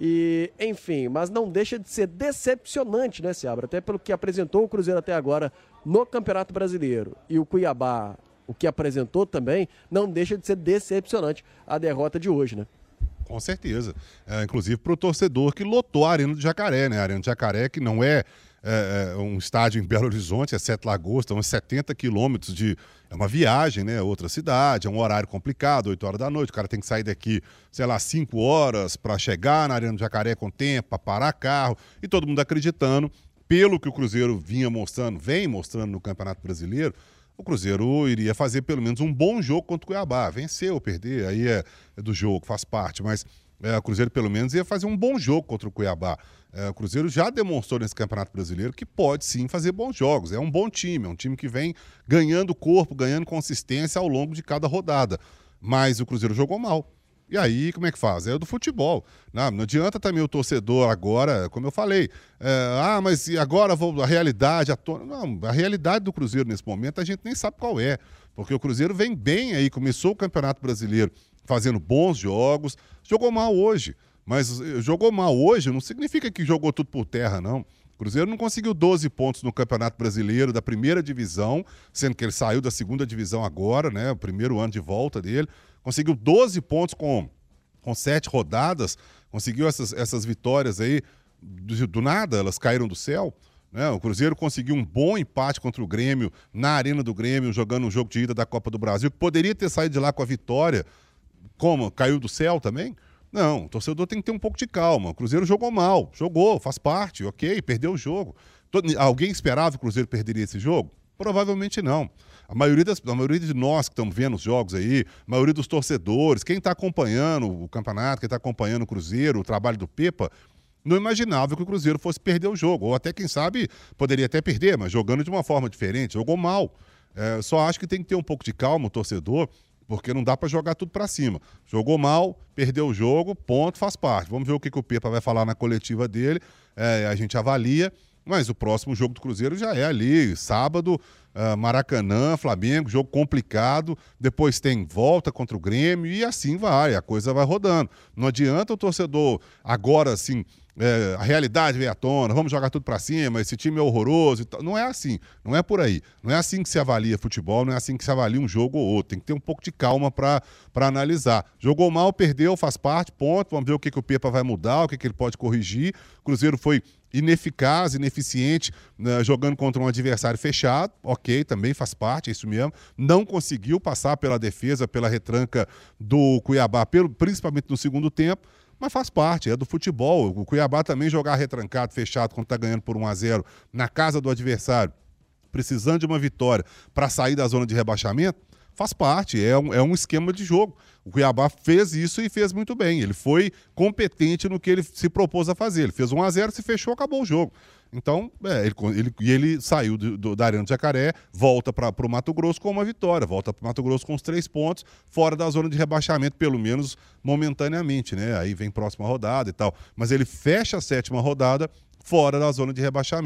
E, enfim, mas não deixa de ser decepcionante, né, Seabra? Até pelo que apresentou o Cruzeiro até agora no Campeonato Brasileiro. E o Cuiabá, o que apresentou também, não deixa de ser decepcionante a derrota de hoje, né? Com certeza. É, inclusive para o torcedor que lotou a Arena do Jacaré, né? A Arena do Jacaré, que não é, é, é um estádio em Belo Horizonte, é Sete Lagoas, então é setenta quilômetros de... É uma viagem, né? Outra cidade, é um horário complicado, oito horas da noite, o cara tem que sair daqui, sei lá, cinco horas para chegar na Arena do Jacaré com tempo, para parar carro, e todo mundo acreditando, pelo que o Cruzeiro vinha mostrando, vem mostrando no Campeonato Brasileiro, o Cruzeiro iria fazer pelo menos um bom jogo contra o Cuiabá. Vencer ou perder, aí é, é do jogo, faz parte, mas é, o Cruzeiro pelo menos ia fazer um bom jogo contra o Cuiabá. É, o Cruzeiro já demonstrou nesse Campeonato Brasileiro que pode sim fazer bons jogos. É um bom time, é um time que vem ganhando corpo, ganhando consistência ao longo de cada rodada. Mas o Cruzeiro jogou mal. E aí, como é que faz? É do futebol. Não, não adianta também o torcedor agora, como eu falei, é, ah, mas agora vou, a realidade, a tona... Não, a realidade do Cruzeiro nesse momento a gente nem sabe qual é. Porque o Cruzeiro vem bem aí, começou o Campeonato Brasileiro fazendo bons jogos, jogou mal hoje. Mas jogou mal hoje não significa que jogou tudo por terra, não. O Cruzeiro não conseguiu doze pontos no Campeonato Brasileiro da primeira divisão, sendo que ele saiu da segunda divisão agora, né? O primeiro ano de volta dele. Conseguiu doze pontos com, com sete rodadas, conseguiu essas, essas vitórias aí do, do nada, elas caíram do céu. Né? O Cruzeiro conseguiu um bom empate contra o Grêmio, na Arena do Grêmio, jogando um jogo de ida da Copa do Brasil, que poderia ter saído de lá com a vitória. Como? Caiu do céu também? Não, o torcedor tem que ter um pouco de calma. O Cruzeiro jogou mal, jogou, faz parte, ok, perdeu o jogo. Todo, alguém esperava que o Cruzeiro perderia esse jogo? Provavelmente não. A maioria, das, a maioria de nós que estamos vendo os jogos aí, a maioria dos torcedores, quem está acompanhando o campeonato, quem está acompanhando o Cruzeiro, o trabalho do Pepa, não imaginava que o Cruzeiro fosse perder o jogo. Ou até, quem sabe, poderia até perder, mas jogando de uma forma diferente, jogou mal. É, só acho que tem que ter um pouco de calma o torcedor, porque não dá para jogar tudo para cima. Jogou mal, perdeu o jogo, ponto, faz parte. Vamos ver o que, que o Pepa vai falar na coletiva dele, é, a gente avalia, mas o próximo jogo do Cruzeiro já é ali, sábado, uh, Maracanã, Flamengo, jogo complicado, depois tem volta contra o Grêmio e assim vai, a coisa vai rodando. Não adianta o torcedor agora, assim, é, a realidade veio à tona, vamos jogar tudo pra cima, esse time é horroroso e tal. Não é assim, não é por aí. Não é assim que se avalia futebol, não é assim que se avalia um jogo ou outro. Tem que ter um pouco de calma pra, pra analisar. Jogou mal, perdeu, faz parte, ponto. Vamos ver o que, que o Pepa vai mudar, o que, que ele pode corrigir. O Cruzeiro foi ineficaz, ineficiente, né, jogando contra um adversário fechado, ok, também faz parte, é isso mesmo. Não conseguiu passar pela defesa, pela retranca do Cuiabá, pelo, principalmente no segundo tempo, mas faz parte, é do futebol. O Cuiabá também jogar retrancado, fechado, quando está ganhando por um a zero na casa do adversário, precisando de uma vitória para sair da zona de rebaixamento, faz parte, é um, é um esquema de jogo. O Cuiabá fez isso e fez muito bem. Ele foi competente no que ele se propôs a fazer. Ele fez um a zero, se fechou, acabou o jogo. Então, é, ele, ele, ele saiu do, do, da Arena do Jacaré, volta para o Mato Grosso com uma vitória, volta para o Mato Grosso com os três pontos, fora da zona de rebaixamento, pelo menos momentaneamente, né? Aí vem próxima rodada e tal. Mas ele fecha a sétima rodada fora da zona de rebaixamento.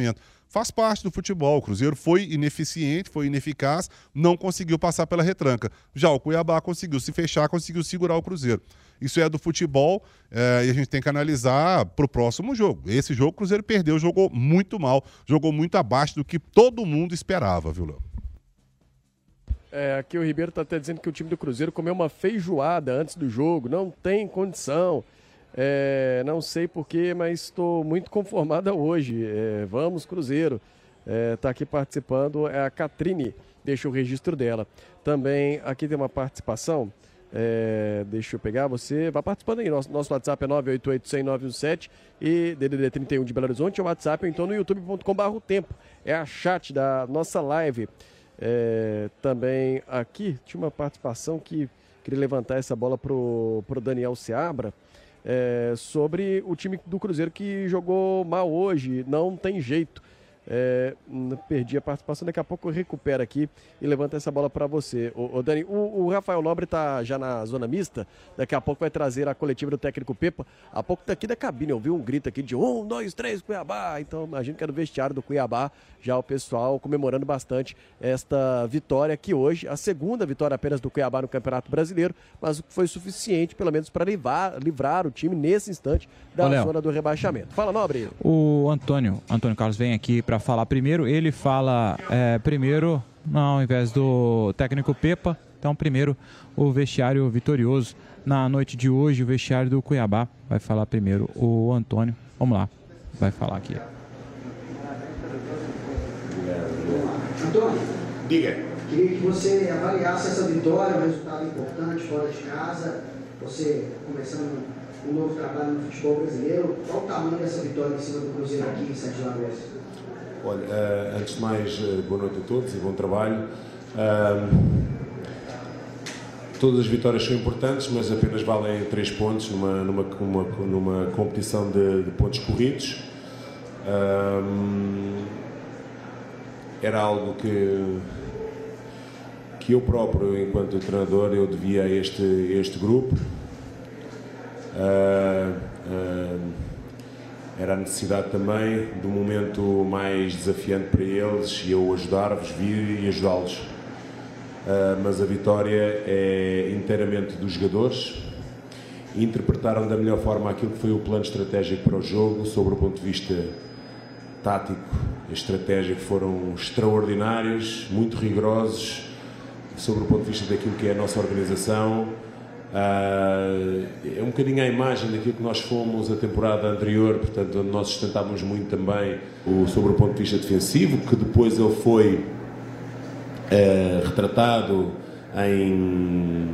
Faz parte do futebol. O Cruzeiro foi ineficiente, foi ineficaz, não conseguiu passar pela retranca. Já o Cuiabá conseguiu se fechar, conseguiu segurar o Cruzeiro. Isso é do futebol é, e a gente tem que analisar para o próximo jogo. Esse jogo o Cruzeiro perdeu, jogou muito mal, jogou muito abaixo do que todo mundo esperava, viu, Léo? É, aqui o Ribeiro está até dizendo que o time do Cruzeiro comeu uma feijoada antes do jogo, não tem condição. É, não sei porquê, mas estou muito conformada hoje. É, vamos, Cruzeiro. Está é, aqui participando, é a Catrine, deixa o registro dela. Também aqui tem uma participação. É, deixa eu pegar, você vai participando aí, nosso, nosso WhatsApp é nove oito oito, cem, nove um sete e D D D trinta e um de Belo Horizonte, é o WhatsApp, então no youtube ponto com barra o tempo, é a chat da nossa live. É, também aqui tinha uma participação que queria levantar essa bola pro, pro Daniel Seabra, é, sobre o time do Cruzeiro que jogou mal hoje, não tem jeito. É, perdi a participação, daqui a pouco eu recupero aqui e levanto essa bola para você. Ô, ô Dani, o, o Rafael Nobre tá já na zona mista, daqui a pouco vai trazer a coletiva do técnico Pepa. Há pouco daqui da cabine eu vi um grito aqui de um, dois, três, Cuiabá. Então imagino que é do vestiário do Cuiabá, já o pessoal comemorando bastante esta vitória aqui hoje, a segunda vitória apenas do Cuiabá no Campeonato Brasileiro, mas o que foi suficiente pelo menos para livrar, livrar o time nesse instante da Ô, zona do rebaixamento. Fala, Nobre. O Antônio, Antônio Carlos vem aqui para falar primeiro, ele fala é, primeiro, não, ao invés do técnico Pepa, então primeiro o vestiário vitorioso na noite de hoje, o vestiário do Cuiabá, vai falar primeiro o Antônio, vamos lá, vai falar aqui. Antônio, diga. Queria que você avaliasse essa vitória, um resultado importante fora de casa, você começando um novo trabalho no futebol brasileiro, qual o tamanho dessa vitória em cima do Cruzeiro aqui em Sete Lagoas? Olha, uh, antes de mais, uh, boa noite a todos e bom trabalho. Uh, todas as vitórias são importantes, mas apenas valem três pontos numa, numa, numa, numa competição de, de pontos corridos. Uh, era algo que, que eu próprio, enquanto treinador, eu devia a este, a este grupo. Uh, uh, Era a necessidade também de um momento mais desafiante para eles e eu ajudar-vos, vir e ajudá-los. Uh, mas a vitória é inteiramente dos jogadores. Interpretaram da melhor forma aquilo que foi o plano estratégico para o jogo, sobre o ponto de vista tático e estratégico foram extraordinários, muito rigorosos, sobre o ponto de vista daquilo que é a nossa organização. Uh, é um bocadinho a imagem daquilo que nós fomos a temporada anterior, portanto, onde nós sustentávamos muito também o, sobre o ponto de vista defensivo, que depois ele foi uh, retratado em,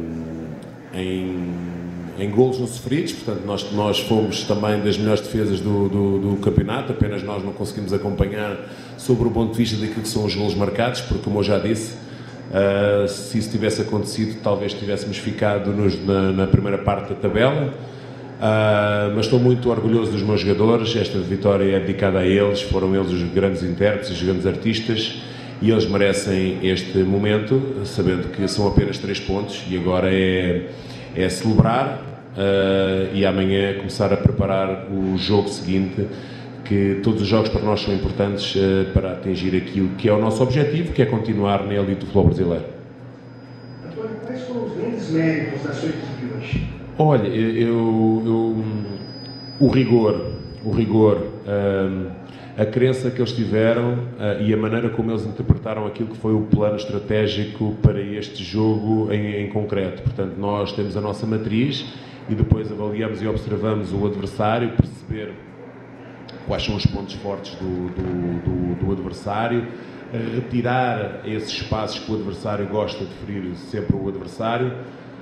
em, em golos não sofridos, portanto, nós, nós fomos também das melhores defesas do, do, do campeonato, apenas nós não conseguimos acompanhar sobre o ponto de vista daquilo que são os golos marcados, porque, como eu já disse, Uh, se isso tivesse acontecido, talvez tivéssemos ficado nos, na, na primeira parte da tabela, uh, mas estou muito orgulhoso dos meus jogadores. Esta vitória é dedicada a eles, foram eles os grandes intérpretes, os grandes artistas, e eles merecem este momento, sabendo que são apenas três pontos e agora é, é celebrar uh, e amanhã começar a preparar o jogo seguinte, que todos os jogos para nós são importantes uh, para atingir aquilo que é o nosso objetivo, que é continuar na elite do futebol brasileiro. Antônio, quais foram os grandes méritos da sua equipe hoje? Olha, eu, eu, o rigor, o rigor, um, a crença que eles tiveram uh, e a maneira como eles interpretaram aquilo que foi o plano estratégico para este jogo em, em concreto. Portanto, nós temos a nossa matriz e depois avaliamos e observamos o adversário, perceber quais são os pontos fortes do, do, do, do adversário, retirar esses espaços que o adversário gosta de ferir sempre o adversário,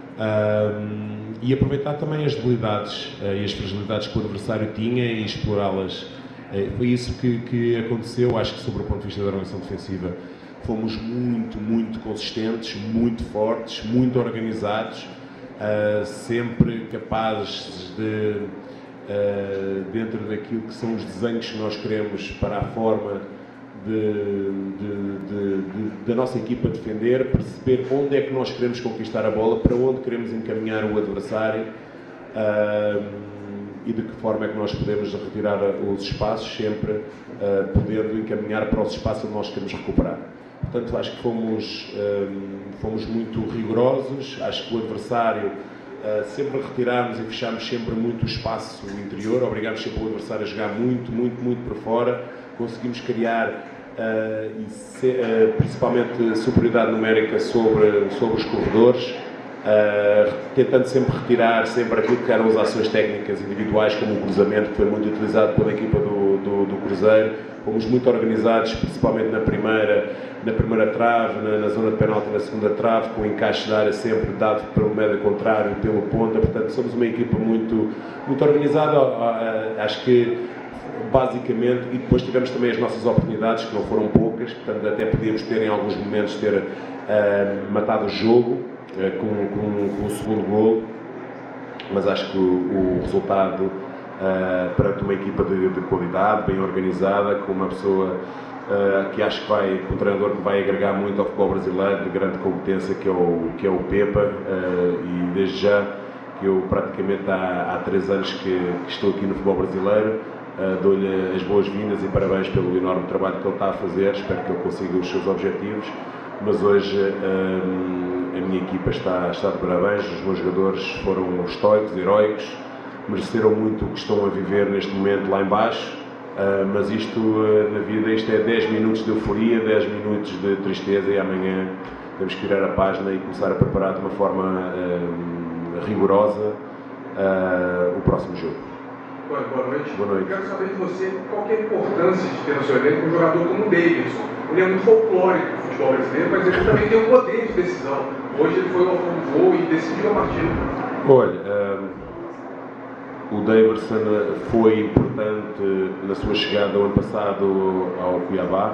um, e aproveitar também as debilidades uh, e as fragilidades que o adversário tinha e explorá-las. Uh, foi isso que, que aconteceu. Acho que, sobre o ponto de vista da organização defensiva, fomos muito, muito consistentes, muito fortes, muito organizados, uh, sempre capazes de, Uh, dentro daquilo que são os desenhos que nós queremos para a forma de, de, de, de, da nossa equipa defender, perceber onde é que nós queremos conquistar a bola, para onde queremos encaminhar o adversário, uh, e de que forma é que nós podemos retirar os espaços, sempre uh, podendo encaminhar para os espaços onde nós queremos recuperar. Portanto, acho que fomos, um, fomos muito rigorosos, acho que o adversário, uh, sempre retirámos e fechámos sempre muito o espaço interior, obrigámos sempre o adversário a jogar muito, muito, muito por fora, conseguimos criar, uh, e se, uh, principalmente, superioridade numérica sobre, sobre os corredores, Uh, tentando sempre retirar sempre aquilo que eram as ações técnicas individuais, como o cruzamento, que foi muito utilizado pela equipa do, do, do Cruzeiro. Fomos muito organizados, principalmente na primeira, na primeira trave, na, na zona de penalti na segunda trave, com o encaixe de área sempre dado pelo médio contrário e pelo ponta. Portanto, somos uma equipa muito, muito organizada. Uh, acho que basicamente, e depois tivemos também as nossas oportunidades, que não foram poucas, portanto até podíamos ter em alguns momentos ter uh, matado o jogo Com, com, com o segundo gol, mas acho que o, o resultado uh, perante uma equipa de, de qualidade, bem organizada, com uma pessoa uh, que acho que vai, com um treinador que vai agregar muito ao futebol brasileiro, de grande competência, que é o, que é o Pepa, uh, e desde já que eu praticamente há, há três anos que, que estou aqui no futebol brasileiro, uh, dou-lhe as boas-vindas e parabéns pelo enorme trabalho que ele está a fazer, espero que ele consiga os seus objetivos, mas hoje um, a minha equipa está, está de parabéns, os meus jogadores foram estoicos, heroicos, mereceram muito o que estão a viver neste momento lá em baixo, uh, mas isto uh, na vida, isto é dez minutos de euforia, dez minutos de tristeza, e amanhã temos que virar a página e começar a preparar de uma forma uh, rigorosa uh, o próximo jogo. Boa noite. Boa noite. Eu quero saber de você qual que é a importância de ter no seu elenco um jogador como o Davidson. Ele é muito folclórico no futebol brasileiro, mas ele também tem um poder de decisão. Hoje ele foi ao gol e decidiu a partida. Olha, um, o Davidson foi importante na sua chegada o ano passado ao Cuiabá.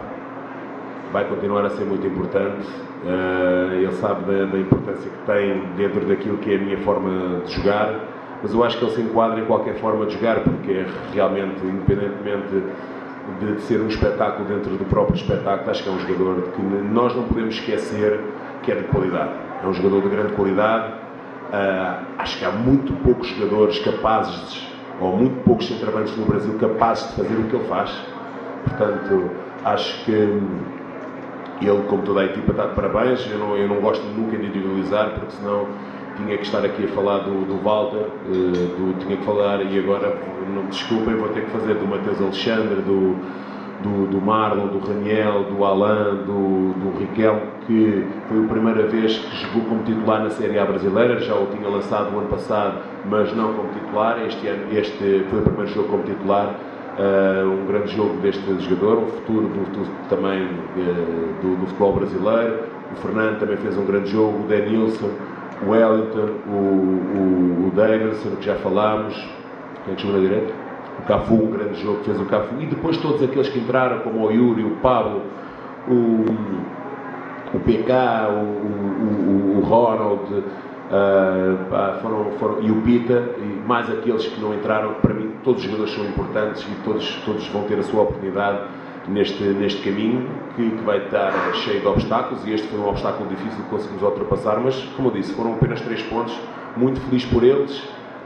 Vai continuar a ser muito importante. Uh, ele sabe da, da importância que tem dentro daquilo que é a minha forma de jogar. Mas eu acho que ele se enquadra em qualquer forma de jogar, porque é realmente, independentemente de, de ser um espetáculo dentro do próprio espetáculo, acho que é um jogador que nós não podemos esquecer que é de qualidade. É um jogador de grande qualidade. Uh, acho que há muito poucos jogadores capazes, ou muito poucos centroavantes no Brasil capazes de fazer o que ele faz. Portanto, acho que ele, como toda a equipa, está de parabéns. Eu não, eu não gosto nunca de individualizar, porque senão tinha que estar aqui a falar do, do Walter, do, tinha que falar, e agora, não me desculpem, vou ter que fazer do Matheus Alexandre, do, do, do Marlon, do Raniel, do Alain, do, do Riquelme, que foi a primeira vez que jogou como titular na Série A brasileira, já o tinha lançado no ano passado, mas não como titular. Este ano, este foi o primeiro jogo como titular, uh, um grande jogo deste jogador, um futuro do, do, também uh, do, do futebol brasileiro. O Fernando também fez um grande jogo, o Denilson, o Wellington, o, o, o Davidson, que já falámos, quem é que jogou na direita? O Cafu, um grande jogo que fez o Cafu, e depois todos aqueles que entraram, como o Yuri, o Pablo, o, o P K, o, o, o Ronald, uh, pá, foram, foram, e o Pita, e mais aqueles que não entraram, para mim todos os jogadores são importantes e todos, todos vão ter a sua oportunidade neste, neste caminho que, que vai estar cheio de obstáculos, e este foi um obstáculo difícil que conseguimos ultrapassar, mas como eu disse, foram apenas três pontos, muito feliz por eles,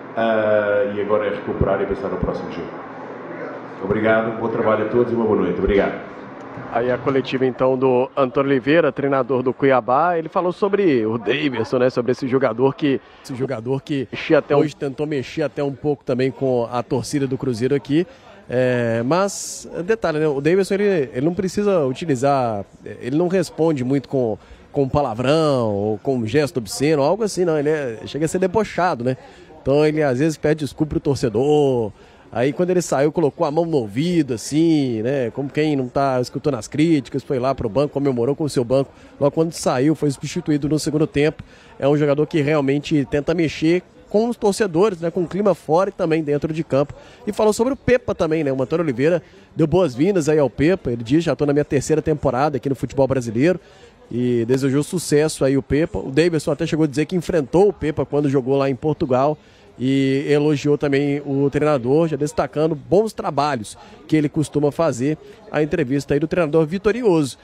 uh, e agora é recuperar e pensar no próximo jogo. Obrigado, bom trabalho a todos e uma boa noite. Obrigado. Aí a coletiva então do Antônio Oliveira, treinador do Cuiabá, ele falou sobre o Davidson, né, sobre esse jogador que esse jogador que mexia até hoje tentou mexer até um pouco também com a torcida do Cruzeiro aqui. É, mas, detalhe, né, o Davidson ele, ele não precisa utilizar, ele não responde muito com, com palavrão ou com gesto obsceno, algo assim, não, ele é, chega a ser debochado, né? Então ele às vezes pede desculpa pro torcedor, aí quando ele saiu colocou a mão no ouvido, assim, né, como quem não tá escutando as críticas, foi lá pro banco, comemorou com o seu banco, logo quando saiu, foi substituído no segundo tempo. É um jogador que realmente tenta mexer com os torcedores, né, com o clima fora e também dentro de campo. E falou sobre o Pepa também, né? O Antônio Oliveira deu boas-vindas aí ao Pepa. Ele diz, já estou na minha terceira temporada aqui no futebol brasileiro, e desejou sucesso aí o Pepa. O Davidson até chegou a dizer que enfrentou o Pepa quando jogou lá em Portugal e elogiou também o treinador, já destacando bons trabalhos que ele costuma fazer. A entrevista aí do treinador vitorioso.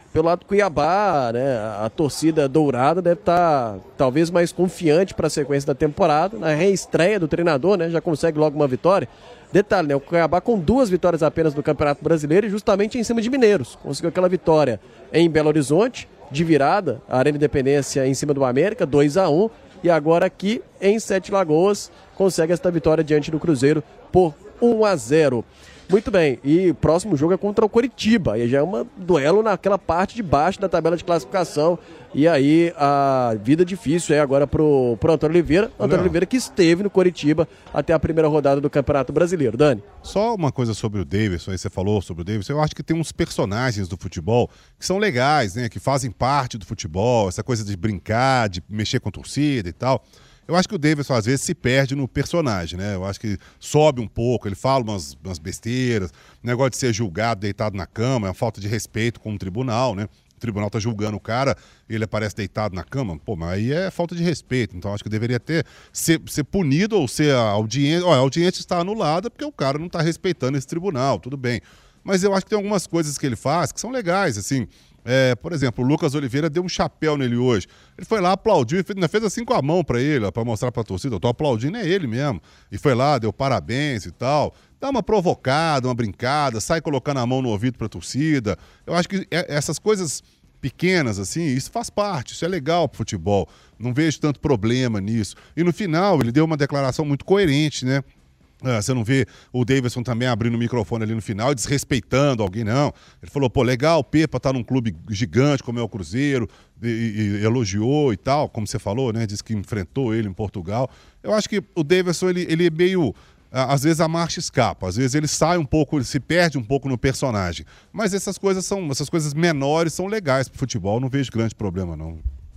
pelo lado do Cuiabá, né, a torcida dourada deve estar talvez mais confiante para a sequência da temporada. Na reestreia do treinador, né, já consegue logo uma vitória. Detalhe, né, o Cuiabá com duas vitórias apenas no Campeonato Brasileiro e justamente em cima de Mineiros. Conseguiu aquela vitória em Belo Horizonte, de virada, a Arena Independência em cima do América, dois a um. E agora aqui em Sete Lagoas consegue esta vitória diante do Cruzeiro por um a zero. Muito bem, e o próximo jogo é contra o Coritiba, e já é um duelo naquela parte de baixo da tabela de classificação, e aí a vida difícil é agora pro, pro Antônio Oliveira, Antônio Não. Oliveira que esteve no Coritiba até a primeira rodada do Campeonato Brasileiro. Dani? Só uma coisa sobre o Davidson, aí você falou sobre o Davidson, eu acho que tem uns personagens do futebol que são legais, né, que fazem parte do futebol, essa coisa de brincar, de mexer com a torcida e tal. Eu acho que o Davidson, às vezes, se perde no personagem, né? Eu acho que sobe um pouco, ele fala umas, umas besteiras, negócio de ser julgado deitado na cama, é uma falta de respeito com o tribunal, né? O tribunal tá julgando o cara, ele aparece deitado na cama, pô, mas aí é falta de respeito. Então, acho que deveria ter, ser, ser punido ou ser a audiência... Olha, a audiência está anulada porque o cara não está respeitando esse tribunal, tudo bem. Mas eu acho que tem algumas coisas que ele faz que são legais, assim... É, por exemplo, o Lucas Oliveira deu um chapéu nele hoje. Ele foi lá, aplaudiu, fez, fez assim com a mão pra ele, para mostrar pra torcida. Eu tô aplaudindo, é ele mesmo. E foi lá, deu parabéns e tal. Dá uma provocada, uma brincada, sai colocando a mão no ouvido pra torcida. Eu acho que essas coisas pequenas, assim, isso faz parte, isso é legal pro futebol. Não vejo tanto problema nisso. E no final, ele deu uma declaração muito coerente, né? Ah, você não vê o Davidson também abrindo o microfone ali no final, desrespeitando alguém, não. Ele falou, pô, legal, o Pepa tá num clube gigante como é o Cruzeiro, e, e, e elogiou e tal, como você falou, né? Disse que enfrentou ele em Portugal. Eu acho que o Davidson, ele, ele é meio... Às vezes a marcha escapa, às vezes ele sai um pouco, ele se perde um pouco no personagem. Mas essas coisas são, essas coisas menores são legais pro futebol, não vejo grande problema, não.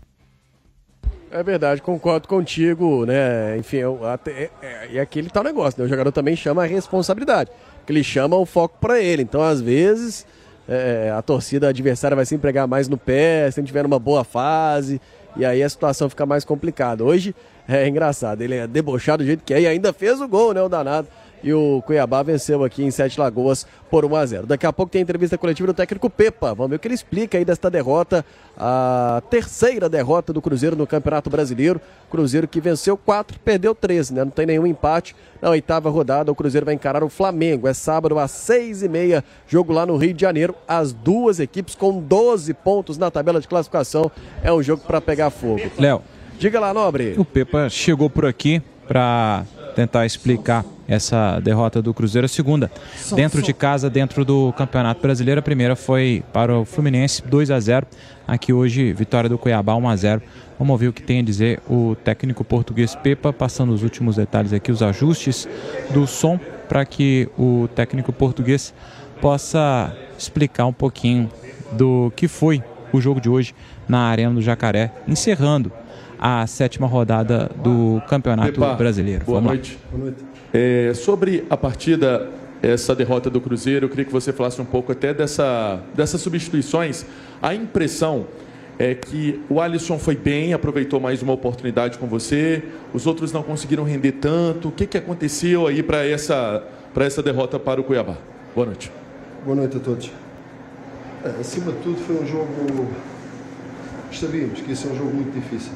É verdade, concordo contigo, né? Enfim, eu, até, é, é, e aqui ele tá o negócio, né? O jogador também chama a responsabilidade, porque ele chama o foco para ele. Então, às vezes, é, a torcida adversária vai se empregar mais no pé, se não tiver numa boa fase, e aí a situação fica mais complicada. Hoje é engraçado, ele é debochado do jeito que é e ainda fez o gol, né? O danado. E o Cuiabá venceu aqui em Sete Lagoas por um a zero. Daqui a pouco tem entrevista coletiva do técnico Pepa. Vamos ver o que ele explica aí desta derrota, a terceira derrota do Cruzeiro no Campeonato Brasileiro. Cruzeiro que venceu quatro, perdeu três, né? Não tem nenhum empate. Na oitava rodada, o Cruzeiro vai encarar o Flamengo. É sábado às seis e meia, jogo lá no Rio de Janeiro. As duas equipes com doze pontos na tabela de classificação. É um jogo para pegar fogo. Léo. Diga lá, Nobre. O Pepa chegou por aqui para tentar explicar essa derrota do Cruzeiro, a segunda dentro de casa, dentro do Campeonato Brasileiro. A primeira foi para o Fluminense, dois a zero. Aqui hoje, vitória do Cuiabá, um a zero. Vamos ouvir o que tem a dizer o técnico português Pepa, passando os últimos detalhes aqui, os ajustes do som, para que o técnico português possa explicar um pouquinho do que foi o jogo de hoje na Arena do Jacaré, encerrando a sétima rodada do Campeonato Pepa, Brasileiro. Boa Vamos noite. lá. Boa noite. É, sobre a partida, essa derrota do Cruzeiro, eu queria que você falasse um pouco até dessa, dessas substituições. A impressão é que o Alisson foi bem, aproveitou mais uma oportunidade com você, os outros não conseguiram render tanto. O que, que aconteceu aí para essa, para essa derrota para o Cuiabá? Boa noite. Boa noite a todos. É, acima de tudo, foi um jogo... Sabíamos que isso é um jogo muito difícil.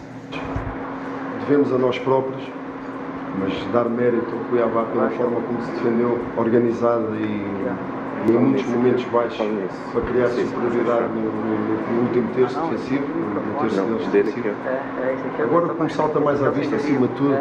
Devemos a nós próprios, mas dar mérito ao Cuiabá pela forma como se defendeu, organizada e, e em muitos momentos baixos, para criar superioridade no, no, no último terço defensivo, no terço deles defensivo. Agora, como salta mais à vista, acima de tudo,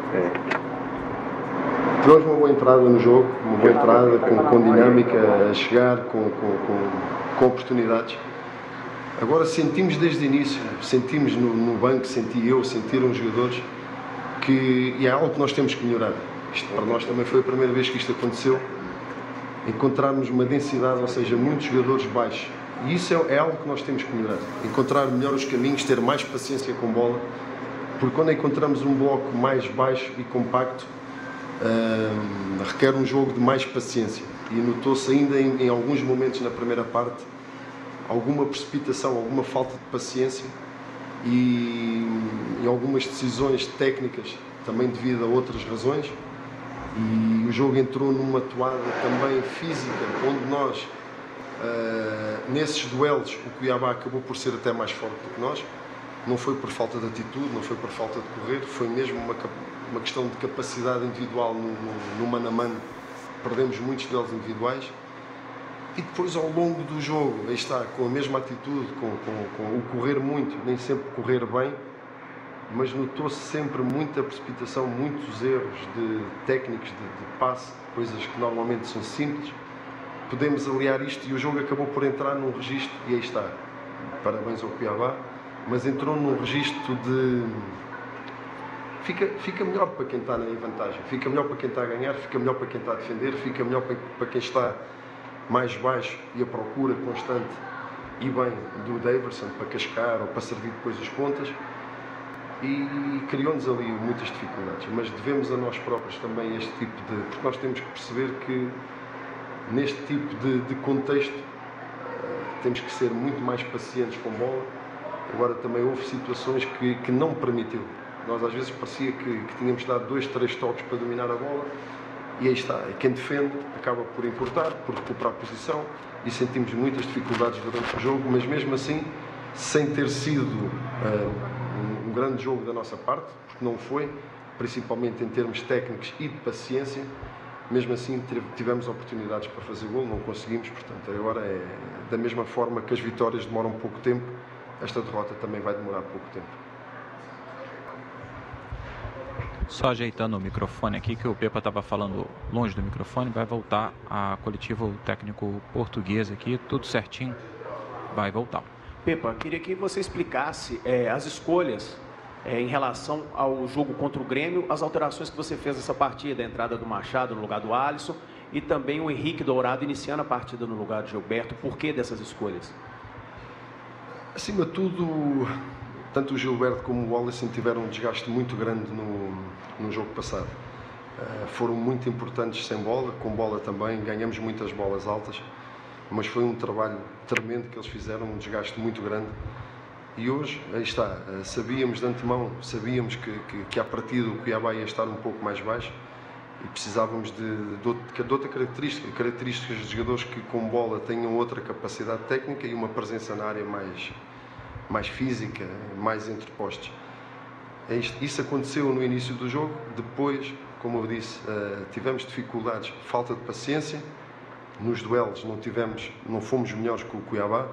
tivemos uma boa entrada no jogo, uma boa entrada com, com dinâmica, a chegar, com, com, com, com oportunidades. Agora sentimos desde o início, sentimos no, no banco, senti eu, sentiram os jogadores, que e é algo que nós temos que melhorar. Isto para nós também foi a primeira vez que isto aconteceu, encontrarmos uma densidade, ou seja, muitos jogadores baixos. E isso é, é algo que nós temos que melhorar. Encontrar melhor os caminhos, ter mais paciência com bola, porque quando encontramos um bloco mais baixo e compacto, hum, requer um jogo de mais paciência. E notou-se ainda em, em alguns momentos na primeira parte, alguma precipitação, alguma falta de paciência e, e algumas decisões técnicas, também devido a outras razões. E o jogo entrou numa toada também física, onde nós Uh, nesses duelos, o Cuiabá acabou por ser até mais forte do que nós. Não foi por falta de atitude, não foi por falta de correr, foi mesmo uma, uma questão de capacidade individual no, no, no mano a mano. Perdemos muitos duelos individuais. E depois, ao longo do jogo, aí está, com a mesma atitude, com, com, com o correr muito, nem sempre correr bem, mas notou-se sempre muita precipitação, muitos erros de técnicos, de, de passe, coisas que normalmente são simples. Podemos aliar isto e o jogo acabou por entrar num registro, e aí está, parabéns ao Cuiabá, mas entrou num registro de... Fica, fica melhor para quem está em vantagem, fica melhor para quem está a ganhar, fica melhor para quem está a defender, fica melhor para, para quem está mais baixo e a procura constante e bem do Daverson para cascar ou para servir depois os pontas, e criou-nos ali muitas dificuldades, mas devemos a nós próprios também este tipo de... porque nós temos que perceber que neste tipo de, de contexto temos que ser muito mais pacientes com a bola. Agora também houve situações que, que não permitiu. Nós às vezes parecia que, que tínhamos dado dois, três toques para dominar a bola, e aí está, quem defende acaba por importar, por recuperar a posição, e sentimos muitas dificuldades durante o jogo, mas mesmo assim, sem ter sido uh, um grande jogo da nossa parte, porque não foi, principalmente em termos técnicos e de paciência, mesmo assim tivemos oportunidades para fazer gol, não conseguimos, portanto agora é da mesma forma que as vitórias demoram pouco tempo, esta derrota também vai demorar pouco tempo. Só ajeitando o microfone aqui, que o Pepa estava falando longe do microfone, vai voltar a coletiva o técnico português aqui, tudo certinho, vai voltar. Pepa, queria que você explicasse é, as escolhas é, em relação ao jogo contra o Grêmio, as alterações que você fez nessa partida, a entrada do Machado no lugar do Alisson e também o Henrique Dourado iniciando a partida no lugar de Gilberto. Por que dessas escolhas? Acima de tudo, tanto o Gilberto como o Alisson tiveram um desgaste muito grande no, no jogo passado. Uh, foram muito importantes sem bola, com bola também, ganhamos muitas bolas altas, mas foi um trabalho tremendo que eles fizeram, um desgaste muito grande. E hoje, aí está, uh, sabíamos de antemão, sabíamos que, que, que à partida o Cuiabá ia estar um pouco mais baixo e precisávamos de, de, outra, de outra característica, características de jogadores que com bola tenham outra capacidade técnica e uma presença na área mais... mais física, mais entre postos. Isso aconteceu no início do jogo, depois, como eu disse, tivemos dificuldades, falta de paciência, nos duelos não tivemos, não fomos melhores que o Cuiabá,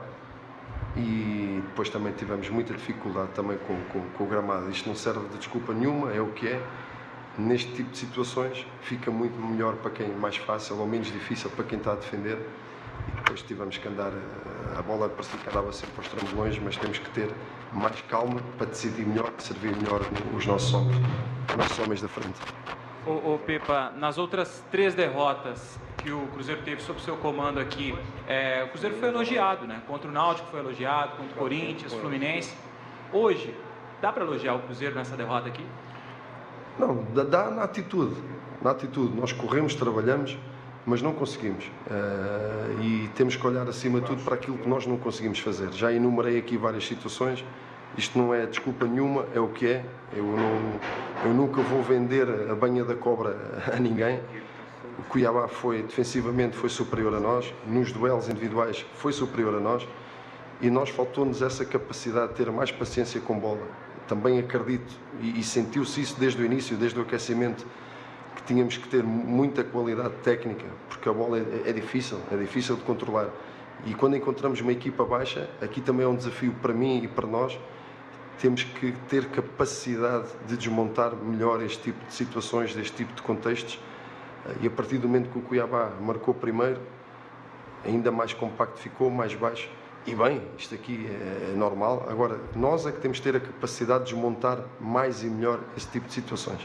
e depois também tivemos muita dificuldade também com, com, com o gramado. Isto não serve de desculpa nenhuma, é o que é. Neste tipo de situações fica muito melhor para quem é mais fácil ou menos difícil para quem está a defender. E depois tivemos que andar, a bola parecia que andava sempre aos trambolhões, mas temos que ter mais calma para decidir melhor, servir melhor os nossos homens, os nossos homens da frente. Ô, ô Pepa, nas outras três derrotas que o Cruzeiro teve sob seu comando aqui, é, o Cruzeiro foi elogiado, né? Contra o Náutico foi elogiado, contra o Corinthians, Fluminense. Hoje, dá para elogiar o Cruzeiro nessa derrota aqui? Não, dá, dá na atitude, na atitude. Nós corremos, trabalhamos, mas não conseguimos. Uh, e temos que olhar acima de tudo para aquilo que nós não conseguimos fazer. Já enumerei aqui várias situações, isto não é desculpa nenhuma, é o que é. Eu, não, eu nunca vou vender a banha da cobra a ninguém. O Cuiabá foi, defensivamente, foi superior a nós, nos duelos individuais foi superior a nós, e nós faltou-nos essa capacidade de ter mais paciência com bola. Também acredito, e, e sentiu-se isso desde o início, desde o aquecimento, que tínhamos que ter muita qualidade técnica, porque a bola é, é difícil, é difícil de controlar. E quando encontramos uma equipa baixa, aqui também é um desafio para mim e para nós, temos que ter capacidade de desmontar melhor este tipo de situações, deste tipo de contextos, e a partir do momento que o Cuiabá marcou primeiro, ainda mais compacto ficou, mais baixo, e bem, isto aqui é normal. Agora, nós é que temos que ter a capacidade de desmontar mais e melhor esse tipo de situações.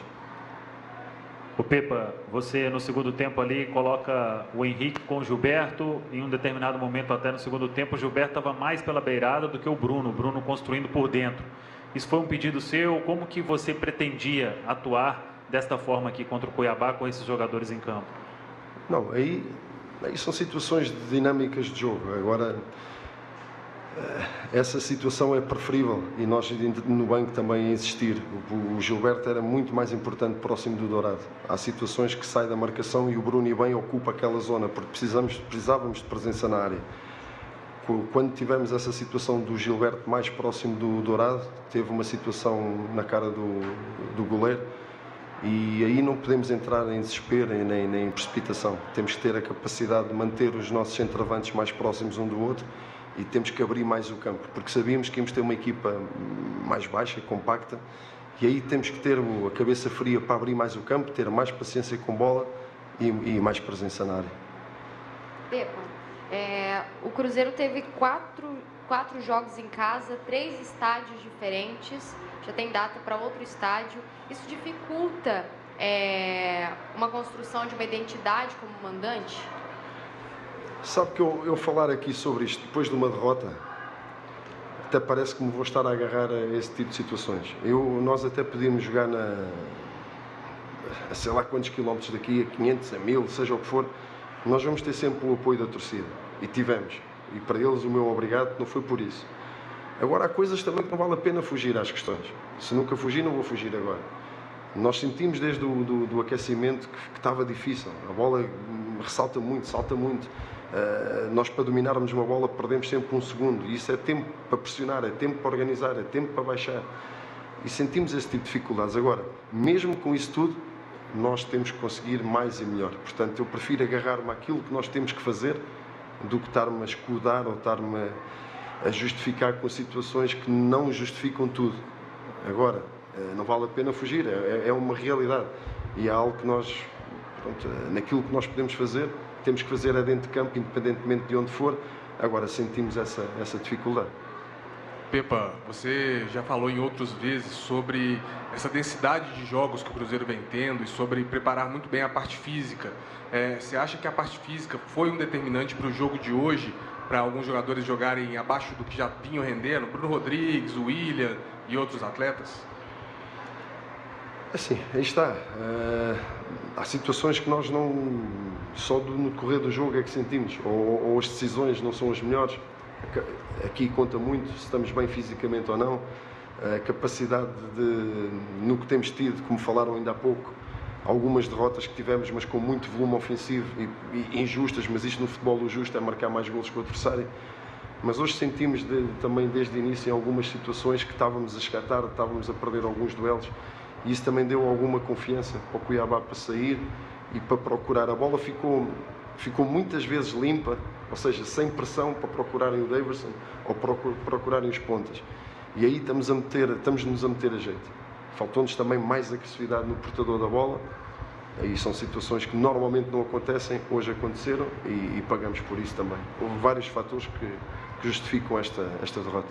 O Pepa, você no segundo tempo ali coloca o Henrique com o Gilberto, em um determinado momento até no segundo tempo o Gilberto estava mais pela beirada do que o Bruno, o Bruno construindo por dentro. Isso foi um pedido seu? Como que você pretendia atuar desta forma aqui contra o Cuiabá com esses jogadores em campo? Não, aí, aí são situações de dinâmicas de jogo. Agora, essa situação é preferível e nós no banco também a insistir. O Gilberto era muito mais importante próximo do Dourado. Há situações que sai da marcação e o Bruno e bem ocupa aquela zona porque precisamos, precisávamos de presença na área. Quando tivemos essa situação do Gilberto mais próximo do Dourado, teve uma situação na cara do, do goleiro, e aí não podemos entrar em desespero nem, nem em precipitação. Temos que ter a capacidade de manter os nossos centroavantes mais próximos um do outro e temos que abrir mais o campo, porque sabíamos que íamos ter uma equipa mais baixa, compacta, e aí temos que ter a cabeça fria para abrir mais o campo, ter mais paciência com bola e, e mais presença na área. Pepa, é, o Cruzeiro teve quatro, quatro jogos em casa, três estádios diferentes, já tem data para outro estádio. Isso dificulta é, uma construção de uma identidade como mandante? Sabe que eu, eu falar aqui sobre isto depois de uma derrota, até parece que me vou estar a agarrar a esse tipo de situações. Eu, nós até podíamos jogar na, a sei lá quantos quilómetros daqui, a quinhentos, a mil, seja o que for, nós vamos ter sempre o apoio da torcida. E tivemos. E para eles o meu obrigado não foi por isso. Agora há coisas também que não vale a pena fugir às questões. Se nunca fugir, não vou fugir agora. Nós sentimos desde o do, do aquecimento que, que estava difícil. A bola ressalta muito, salta muito. Uh, nós, para dominarmos uma bola, perdemos sempre um segundo. E isso é tempo para pressionar, é tempo para organizar, é tempo para baixar. E sentimos esse tipo de dificuldades. Agora, mesmo com isso tudo, nós temos que conseguir mais e melhor. Portanto, eu prefiro agarrar-me àquilo que nós temos que fazer do que estar-me a escudar ou estar-me a, a justificar com situações que não justificam tudo. Agora, uh, não vale a pena fugir, é, é uma realidade. E é algo que nós, pronto, naquilo que nós podemos fazer, temos que fazer dentro de campo, independentemente de onde for. Agora sentimos essa, essa dificuldade. Pepa, você já falou em outras vezes sobre essa densidade de jogos que o Cruzeiro vem tendo e sobre preparar muito bem a parte física. É, você acha que a parte física foi um determinante para o jogo de hoje, para alguns jogadores jogarem abaixo do que já vinham rendendo? Bruno Rodrigues, o William e outros atletas? Assim, aí está. Uh, há situações que nós não, só do, no decorrer do jogo é que sentimos, ou, ou as decisões não são as melhores. Aqui conta muito se estamos bem fisicamente ou não. A capacidade de, no que temos tido, como falaram ainda há pouco, algumas derrotas que tivemos, mas com muito volume ofensivo e, e injustas, mas isto no futebol o justo é marcar mais golos que o adversário. Mas hoje sentimos de, também desde o início em algumas situações que estávamos a chegar tarde, estávamos a perder alguns duelos. E isso também deu alguma confiança para o Cuiabá para sair e para procurar. A bola ficou, ficou muitas vezes limpa, ou seja, sem pressão para procurarem o Daverson ou procurarem os pontas. E aí estamos a meter, estamos-nos a meter a jeito. Faltou-nos também mais agressividade no portador da bola. Aí são situações que normalmente não acontecem, hoje aconteceram e, e pagamos por isso também. Houve vários fatores que, que justificam esta, esta derrota.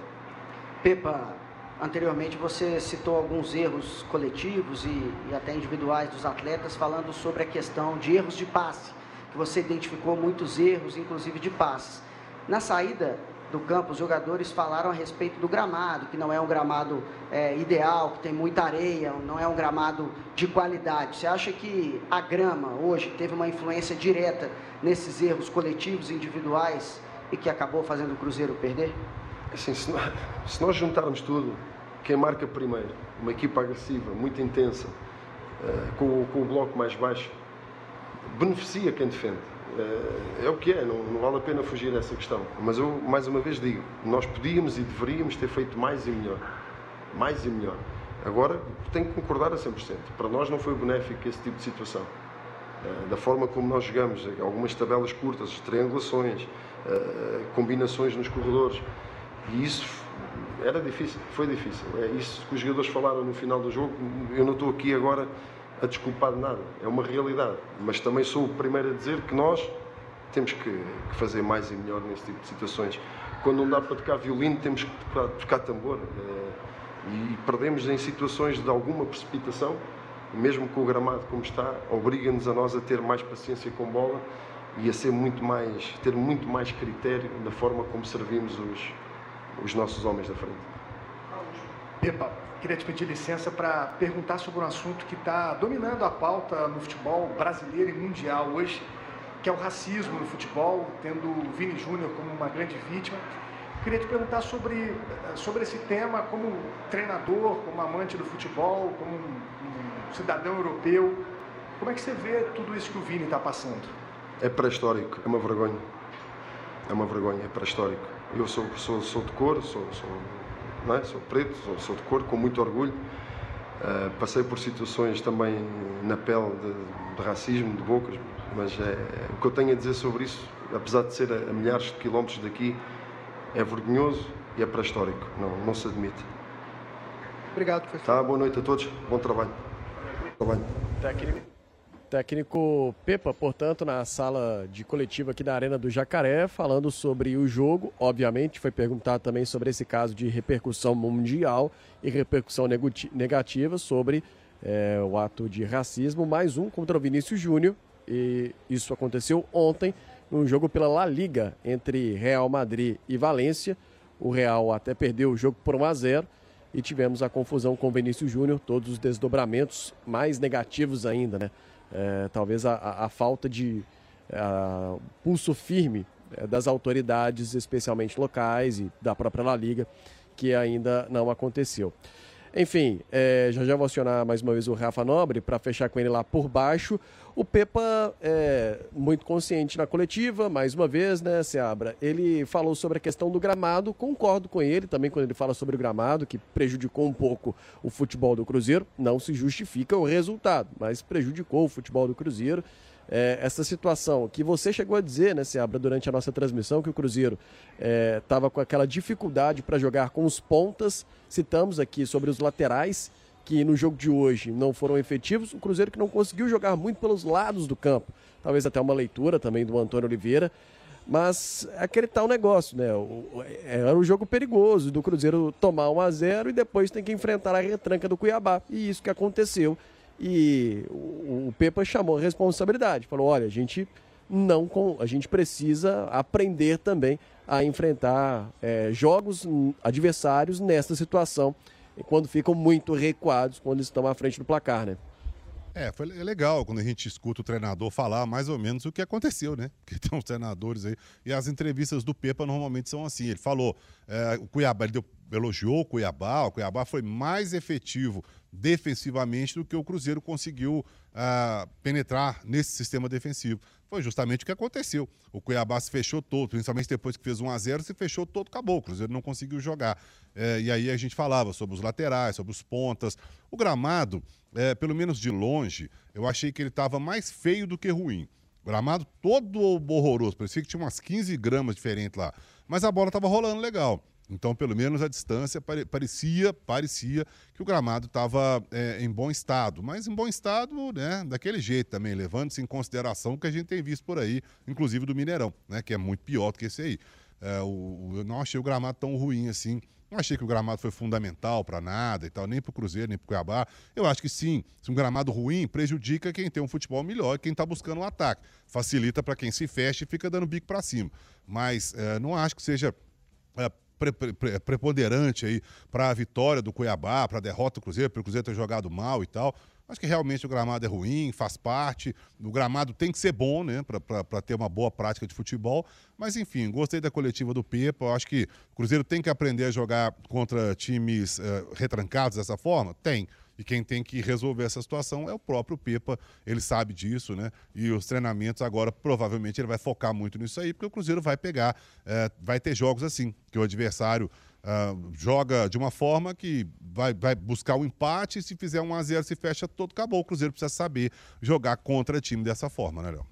Pepa, anteriormente você citou alguns erros coletivos e, e até individuais dos atletas, falando sobre a questão de erros de passe, que você identificou muitos erros, inclusive de passes. Na saída do campo, os jogadores falaram a respeito do gramado, que não é um gramado é, ideal, que tem muita areia, não é um gramado de qualidade. Você acha que a grama hoje teve uma influência direta nesses erros coletivos e individuais e que acabou fazendo o Cruzeiro perder? Assim, se nós, se nós juntarmos tudo, quem marca primeiro, uma equipa agressiva, muito intensa, uh, com, com o bloco mais baixo, beneficia quem defende. Uh, é o que é, não, não vale a pena fugir dessa questão. Mas eu, mais uma vez digo, nós podíamos e deveríamos ter feito mais e melhor. Mais e melhor. Agora, tenho que concordar a cem por cento. Para nós não foi benéfico esse tipo de situação. Uh, da forma como nós jogamos, algumas tabelas curtas, triangulações, uh, combinações nos corredores. E isso era difícil, foi difícil. É isso que os jogadores falaram no final do jogo. Eu não estou aqui agora a desculpar de nada, é uma realidade. Mas também sou o primeiro a dizer que nós temos que, que fazer mais e melhor nesse tipo de situações. Quando não dá para tocar violino, temos que tocar, tocar tambor. É, e perdemos em situações de alguma precipitação, mesmo com o gramado como está, obriga-nos a nós a ter mais paciência com bola e a ser muito mais, ter muito mais critério na forma como servimos os, os nossos homens da frente. Pepa, queria te pedir licença para perguntar sobre um assunto que está dominando a pauta no futebol brasileiro e mundial hoje, que é o racismo no futebol, tendo o Vini Júnior como uma grande vítima. Queria te perguntar sobre, sobre esse tema como treinador, como amante do futebol, como um, um cidadão europeu. Como é que você vê tudo isso que o Vini está passando? É pré-histórico, é uma vergonha. É uma vergonha, é pré-histórico. Eu sou, sou, sou de cor, sou, sou, não é? sou preto, sou, sou de cor, com muito orgulho. Uh, passei por situações também na pele de, de racismo, de bocas, mas é, o que eu tenho a dizer sobre isso, apesar de ser a, a milhares de quilómetros daqui, é vergonhoso e é pré-histórico, não, não se admite. Obrigado, professor. Tá, boa noite a todos, bom trabalho. Bom trabalho. Técnico, técnico Pepa, portanto, na sala de coletiva aqui da Arena do Jacaré, falando sobre o jogo. Obviamente, foi perguntado também sobre esse caso de repercussão mundial e repercussão negativa sobre é, o ato de racismo. Mais um contra o Vinícius Júnior. E isso aconteceu ontem, num jogo pela La Liga entre Real Madrid e Valência. O Real até perdeu o jogo por um a zero. E tivemos a confusão com o Vinícius Júnior, todos os desdobramentos mais negativos ainda, né? É, talvez a, a, a falta de a, pulso firme é, das autoridades, especialmente locais e da própria La Liga, que ainda não aconteceu. Enfim, é, já já vou acionar mais uma vez o Rafa Nobre para fechar com ele lá por baixo. O Pepa é muito consciente na coletiva, mais uma vez, né, Seabra? Ele falou sobre a questão do gramado, concordo com ele também quando ele fala sobre o gramado, que prejudicou um pouco o futebol do Cruzeiro. Não se justifica o resultado, mas prejudicou o futebol do Cruzeiro. É, essa situação que você chegou a dizer, né, Seabra, durante a nossa transmissão, que o Cruzeiro estava é, com aquela dificuldade para jogar com os pontas. Citamos aqui sobre os laterais, que no jogo de hoje não foram efetivos. O Cruzeiro que não conseguiu jogar muito pelos lados do campo. Talvez até uma leitura também do Antônio Oliveira. Mas é aquele tal negócio, né? Era um jogo perigoso do Cruzeiro tomar um a zero e depois tem que enfrentar a retranca do Cuiabá. E isso que aconteceu. E o Pepa chamou a responsabilidade. Falou, olha, a gente, não, a gente precisa aprender também a enfrentar é, jogos adversários nessa situação, quando ficam muito recuados, quando estão à frente do placar, né? É, foi legal quando a gente escuta o treinador falar mais ou menos o que aconteceu, né? Porque tem uns treinadores aí, e as entrevistas do Pepa normalmente são assim, ele falou, é, o Cuiabá, ele deu, elogiou o Cuiabá, o Cuiabá foi mais efetivo defensivamente do que o Cruzeiro conseguiu uh, penetrar nesse sistema defensivo. Foi justamente o que aconteceu. O Cuiabá se fechou todo, principalmente depois que fez um a zero, se fechou todo, acabou. O Cruzeiro não conseguiu jogar. É, e aí a gente falava sobre os laterais, sobre os pontas. O gramado, é, pelo menos de longe, eu achei que ele estava mais feio do que ruim. O gramado todo horroroso, parecia que tinha umas quinze gramas diferentes lá. Mas a bola estava rolando legal. Então, pelo menos a distância parecia, parecia que o gramado estava é, em bom estado. Mas em bom estado, né, daquele jeito também, levando-se em consideração o que a gente tem visto por aí, inclusive do Mineirão, né, que é muito pior do que esse aí. É, o, eu não achei o gramado tão ruim assim. Não achei que o gramado foi fundamental para nada e tal, nem para o Cruzeiro, nem para o Cuiabá. Eu acho que sim, se um gramado ruim prejudica quem tem um futebol melhor e quem está buscando um ataque. Facilita para quem se fecha e fica dando bico para cima. Mas é, não acho que seja... É, preponderante aí para a vitória do Cuiabá, para a derrota do Cruzeiro, para o Cruzeiro ter jogado mal e tal. Acho que realmente o gramado é ruim, faz parte. O gramado tem que ser bom, né, para ter uma boa prática de futebol. Mas, enfim, gostei da coletiva do Pepa. Eu acho que o Cruzeiro tem que aprender a jogar contra times uh, retrancados dessa forma? Tem. E quem tem que resolver essa situação é o próprio Pepa, ele sabe disso, né? E os treinamentos agora, provavelmente, ele vai focar muito nisso aí, porque o Cruzeiro vai pegar, é, vai ter jogos assim, que o adversário uh, joga de uma forma que vai, vai buscar um empate, e se fizer um a zero, se fecha todo, acabou. O Cruzeiro precisa saber jogar contra time dessa forma, né, Léo?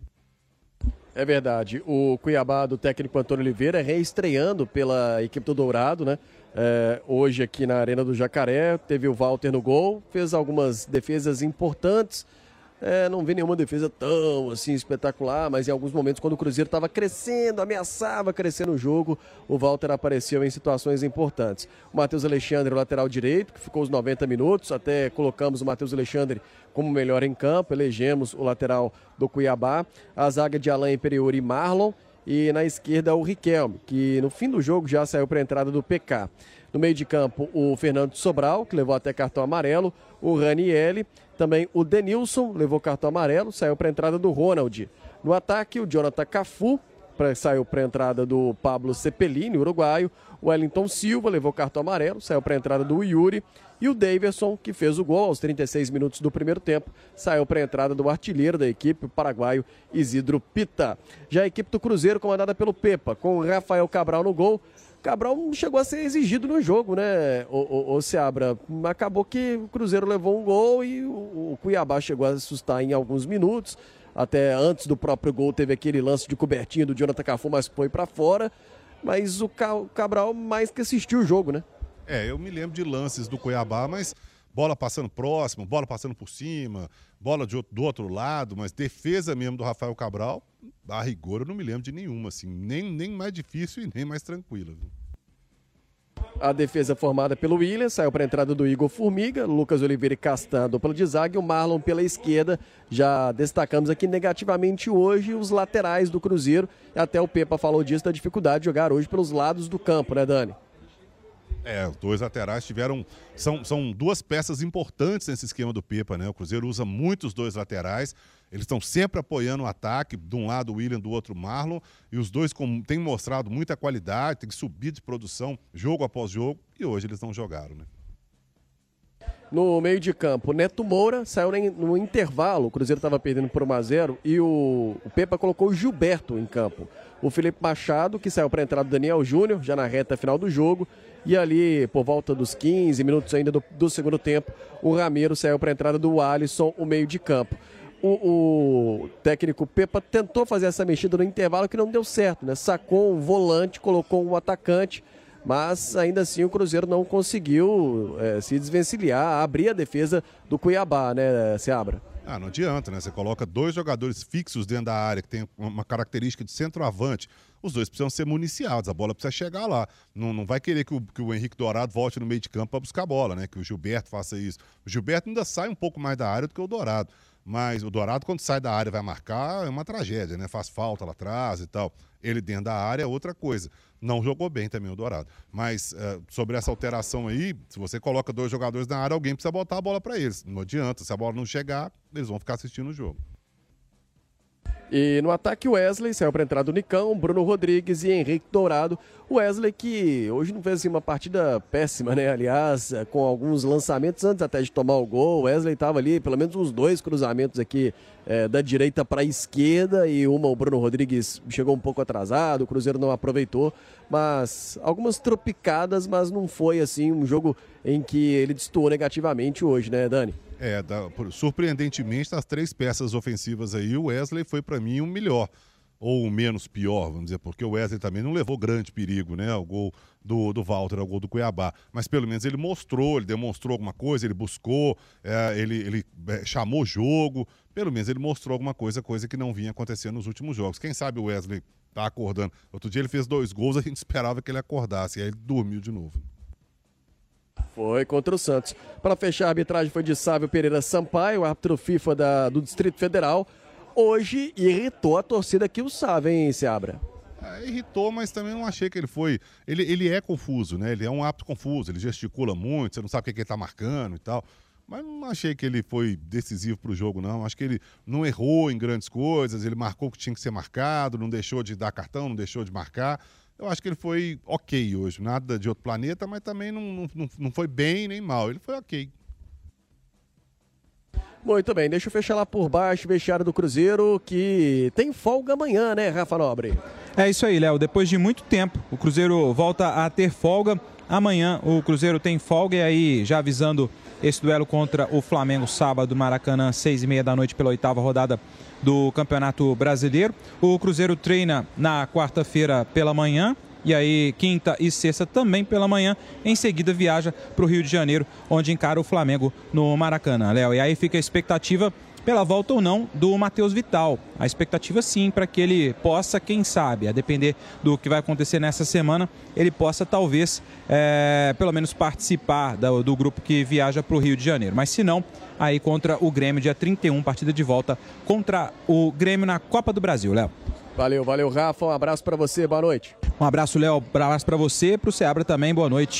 É verdade. O Cuiabá do técnico Antônio Oliveira reestreando pela equipe do Dourado, né? É, hoje aqui na Arena do Jacaré, teve o Walter no gol, fez algumas defesas importantes. É, não vi nenhuma defesa tão assim espetacular, mas em alguns momentos, quando o Cruzeiro estava crescendo, ameaçava crescer no jogo, o Walter apareceu em situações importantes. O Matheus Alexandre, o lateral direito, que ficou os noventa minutos, até colocamos o Matheus Alexandre como melhor em campo, elegemos o lateral do Cuiabá, a zaga de Alain Imperior e Marlon, e na esquerda o Riquelme, que no fim do jogo já saiu para a entrada do P K. No meio de campo, o Fernando Sobral, que levou até cartão amarelo, o Ranielli, também o Denilson levou cartão amarelo, saiu para a entrada do Ronald. No ataque, o Jonathan Cafu, pra, saiu para a entrada do Pablo Cepelini, uruguaio. O Wellington Silva levou cartão amarelo, saiu para a entrada do Yuri. E o Davidson, que fez o gol aos trinta e seis minutos do primeiro tempo, saiu para a entrada do artilheiro da equipe, o paraguaio Isidro Pita. Já a equipe do Cruzeiro, comandada pelo Pepa, com o Rafael Cabral no gol. Cabral chegou a ser exigido no jogo, né, o, o, o Seabra? Acabou que o Cruzeiro levou um gol e o, o Cuiabá chegou a assustar em alguns minutos. Até antes do próprio gol teve aquele lance de cobertinha do Jonathan Cafu, mas foi para fora. Mas o Cabral mais que assistiu o jogo, né? É, eu me lembro de lances do Cuiabá, mas bola passando próximo, bola passando por cima, bola de, do outro lado, mas defesa mesmo do Rafael Cabral, a rigor eu não me lembro de nenhuma, assim, nem, nem mais difícil e nem mais tranquila. A defesa formada pelo William, saiu para a entrada do Igor Formiga, Lucas Oliveira e Castan dupla de zaga e o Marlon pela esquerda. Já destacamos aqui negativamente hoje os laterais do Cruzeiro, até o Pepa falou disso, da dificuldade de jogar hoje pelos lados do campo, né, Dani? É, os dois laterais tiveram... São, são duas peças importantes nesse esquema do Pepa, né? O Cruzeiro usa muito os dois laterais. Eles estão sempre apoiando o ataque, de um lado o William, do outro o Marlon. E os dois com, têm mostrado muita qualidade, têm subido de produção, jogo após jogo. E hoje eles não jogaram, né? No meio de campo, Neto Moura saiu no intervalo, o Cruzeiro estava perdendo por um a zero e o, o Pepa colocou o Gilberto em campo. O Felipe Machado, que saiu para a entrada do Daniel Júnior, já na reta final do jogo. E ali, por volta dos quinze minutos ainda do, do segundo tempo, o Ramiro saiu para a entrada do Alisson, o meio de campo. O, o técnico Pepa tentou fazer essa mexida no intervalo que não deu certo, né? Sacou um volante, colocou um atacante, mas ainda assim o Cruzeiro não conseguiu é, se desvencilhar, abrir a defesa do Cuiabá, né, Seabra? Ah, não adianta, né? Você coloca dois jogadores fixos dentro da área, que tem uma característica de centroavante. Os dois precisam ser municiados, a bola precisa chegar lá. Não, não vai querer que o, que o Henrique Dourado volte no meio de campo para buscar a bola, né? Que o Gilberto faça isso. O Gilberto ainda sai um pouco mais da área do que o Dourado. Mas o Dourado, quando sai da área e vai marcar, é uma tragédia, né? Faz falta lá atrás e tal. Ele dentro da área é outra coisa. Não jogou bem também o Dourado. Mas uh, sobre essa alteração aí, se você coloca dois jogadores na área, alguém precisa botar a bola para eles. Não adianta. Se a bola não chegar, eles vão ficar assistindo o jogo. E no ataque o Wesley saiu para a entrada do Nicão, Bruno Rodrigues e Henrique Dourado. O Wesley que hoje não fez assim, uma partida péssima, né? Aliás, com alguns lançamentos antes até de tomar o gol. O Wesley estava ali, pelo menos uns dois cruzamentos aqui é, da direita para a esquerda e uma o Bruno Rodrigues chegou um pouco atrasado, o Cruzeiro não aproveitou. Mas algumas tropicadas, mas não foi assim um jogo em que ele destoou negativamente hoje, né, Dani? É, da, surpreendentemente, das três peças ofensivas aí, o Wesley foi para mim o melhor, ou o menos pior, vamos dizer, porque o Wesley também não levou grande perigo, né, ao gol do, do Walter, ao gol do Cuiabá, mas pelo menos ele mostrou, ele demonstrou alguma coisa, ele buscou, é, ele, ele é, chamou o jogo, pelo menos ele mostrou alguma coisa, coisa que não vinha acontecendo nos últimos jogos. Quem sabe o Wesley tá acordando. Outro dia ele fez dois gols, a gente esperava que ele acordasse, e aí ele dormiu de novo. Foi contra o Santos. Para fechar, a arbitragem foi de Sávio Pereira Sampaio, árbitro FIFA da, do Distrito Federal. Hoje irritou a torcida que o Sávio, hein, Seabra? É, irritou, mas também não achei que ele foi... Ele, ele é confuso, né? Ele é um árbitro confuso, ele gesticula muito, você não sabe o que, que ele tá marcando e tal. Mas não achei que ele foi decisivo para o jogo, não. Acho que ele não errou em grandes coisas, ele marcou o que tinha que ser marcado, não deixou de dar cartão, não deixou de marcar. Eu acho que ele foi ok hoje, nada de outro planeta, mas também não, não, não foi bem nem mal, ele foi ok. Muito bem, deixa eu fechar lá por baixo, vestiário do Cruzeiro, que tem folga amanhã, né, Rafa Nobre? É isso aí, Léo, depois de muito tempo, o Cruzeiro volta a ter folga. Amanhã o Cruzeiro tem folga e aí já avisando esse duelo contra o Flamengo, sábado, Maracanã, seis e meia da noite, pela oitava rodada do Campeonato Brasileiro. O Cruzeiro treina na quarta-feira pela manhã e aí quinta e sexta também pela manhã. Em seguida viaja para o Rio de Janeiro, onde encara o Flamengo no Maracanã, Léo. E aí fica a expectativa pela volta ou não do Matheus Vital. A expectativa sim para que ele possa, quem sabe, a depender do que vai acontecer nessa semana, ele possa talvez, é, pelo menos participar do, do grupo que viaja para o Rio de Janeiro. Mas se não, aí contra o Grêmio, dia trinta e um, partida de volta contra o Grêmio na Copa do Brasil, Léo. Valeu, valeu, Rafa. Um abraço para você, boa noite. Um abraço, Léo. Um abraço para você, para o Seabra também, boa noite.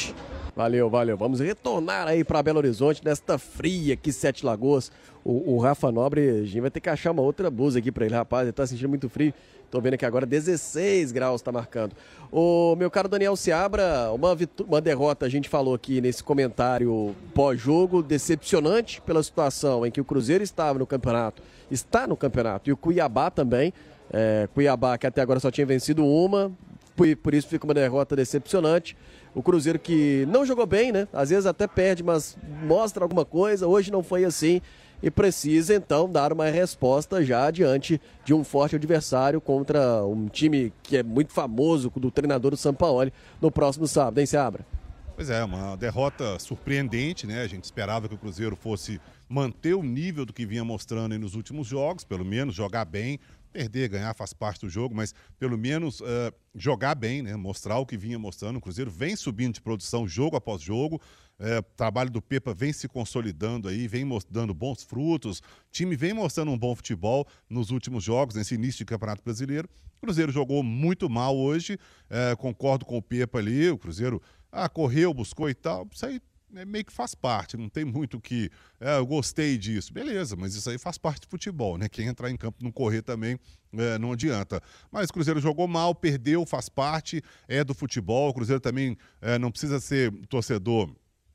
Valeu, valeu. Vamos retornar aí para Belo Horizonte nesta fria aqui, Sete Lagoas. O, o Rafa Nobre, a gente vai ter que achar uma outra blusa aqui para ele, rapaz. Ele tá sentindo muito frio. Tô vendo aqui agora dezesseis graus tá marcando. O meu caro Daniel Seabra, uma, uma derrota, a gente falou aqui nesse comentário pós-jogo, decepcionante pela situação em que o Cruzeiro estava no campeonato, está no campeonato, e o Cuiabá também. É, Cuiabá que até agora só tinha vencido uma, por, por isso fica uma derrota decepcionante. O Cruzeiro que não jogou bem, né? Às vezes até perde, mas mostra alguma coisa. Hoje não foi assim e precisa então dar uma resposta já diante de um forte adversário contra um time que é muito famoso do treinador do Sampaoli no próximo sábado, hein, Seabra? Pois é, uma derrota surpreendente, né? A gente esperava que o Cruzeiro fosse manter o nível do que vinha mostrando aí nos últimos jogos, pelo menos jogar bem. Perder, ganhar faz parte do jogo, mas pelo menos uh, jogar bem, né? Mostrar o que vinha mostrando. O Cruzeiro vem subindo de produção jogo após jogo. É, o trabalho do Pepa vem se consolidando aí, vem dando bons frutos. O time vem mostrando um bom futebol nos últimos jogos, nesse início de Campeonato Brasileiro. O Cruzeiro jogou muito mal hoje, é, concordo com o Pepa ali. O Cruzeiro ah, correu, buscou e tal. Isso aí é, meio que faz parte, não tem muito o que... É, eu gostei disso, beleza, mas isso aí faz parte do futebol, né? Quem entrar em campo não correr também é, não adianta. Mas o Cruzeiro jogou mal, perdeu, faz parte, é do futebol. O Cruzeiro também é, não precisa ser torcedor...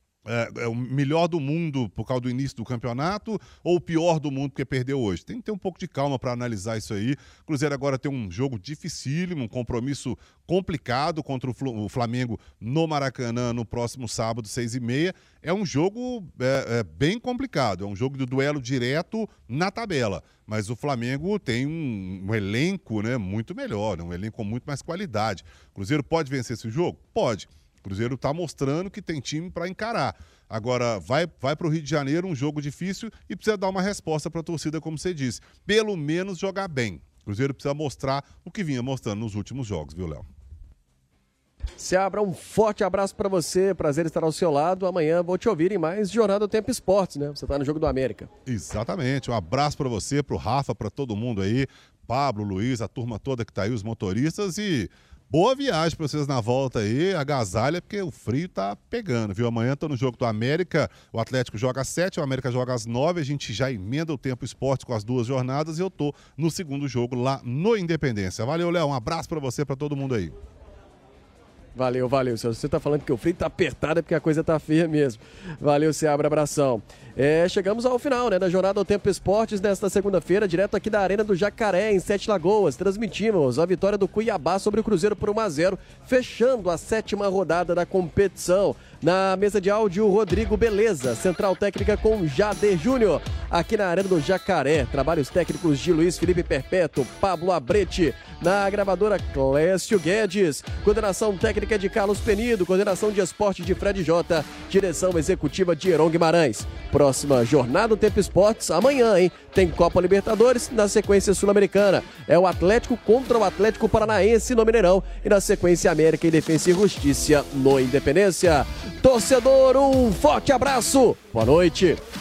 É, é o melhor do mundo por causa do início do campeonato ou o pior do mundo porque perdeu hoje. Tem que ter um pouco de calma para analisar isso aí. O Cruzeiro agora tem um jogo dificílimo, um compromisso complicado contra o Flamengo no Maracanã no próximo sábado, seis e meia. É um jogo é, é, bem complicado, é um jogo de duelo direto na tabela. Mas o Flamengo tem um, um elenco, né, muito melhor, um elenco com muito mais qualidade. O Cruzeiro pode vencer esse jogo? Pode. O Cruzeiro está mostrando que tem time para encarar. Agora, vai, vai para o Rio de Janeiro, um jogo difícil, e precisa dar uma resposta para a torcida, como você disse. Pelo menos jogar bem. O Cruzeiro precisa mostrar o que vinha mostrando nos últimos jogos, viu, Léo? Seabra, um forte abraço para você. Prazer estar ao seu lado. Amanhã vou te ouvir em mais Jornada do Tempo Esportes, né? Você está no Jogo do América. Exatamente. Um abraço para você, para o Rafa, para todo mundo aí. Pablo, Luiz, a turma toda que está aí, os motoristas e... Boa viagem para vocês na volta aí, agasalha, porque o frio tá pegando, viu? Amanhã tô no Jogo do América, o Atlético joga às sete, o América joga às nove, a gente já emenda o Tempo Esporte com as duas jornadas e eu tô no segundo jogo lá no Independência. Valeu, Léo, um abraço para você, para todo mundo aí. Valeu, valeu. Se você tá falando que o frio tá apertado é porque a coisa tá feia mesmo. Valeu, Seabra, abração. É, chegamos ao final, né, da Jornada do Tempo Esportes nesta segunda-feira, direto aqui da Arena do Jacaré, em Sete Lagoas. Transmitimos a vitória do Cuiabá sobre o Cruzeiro por um a zero, fechando a sétima rodada da competição. Na mesa de áudio, Rodrigo Beleza, central técnica com Jader Júnior. Aqui na Arena do Jacaré, trabalhos técnicos de Luiz Felipe Perpétuo, Pablo Abrete. Na gravadora, Clécio Guedes. Coordenação técnica de Carlos Penido, coordenação de esporte de Fred Jota, direção executiva de Heron Guimarães. Próxima Jornada do Tempo Esportes, amanhã, hein? Tem Copa Libertadores, na sequência Sul-Americana. É o Atlético contra o Atlético Paranaense no Mineirão e na sequência América e Defensa e Justiça no Independência. Torcedor, um forte abraço. Boa noite.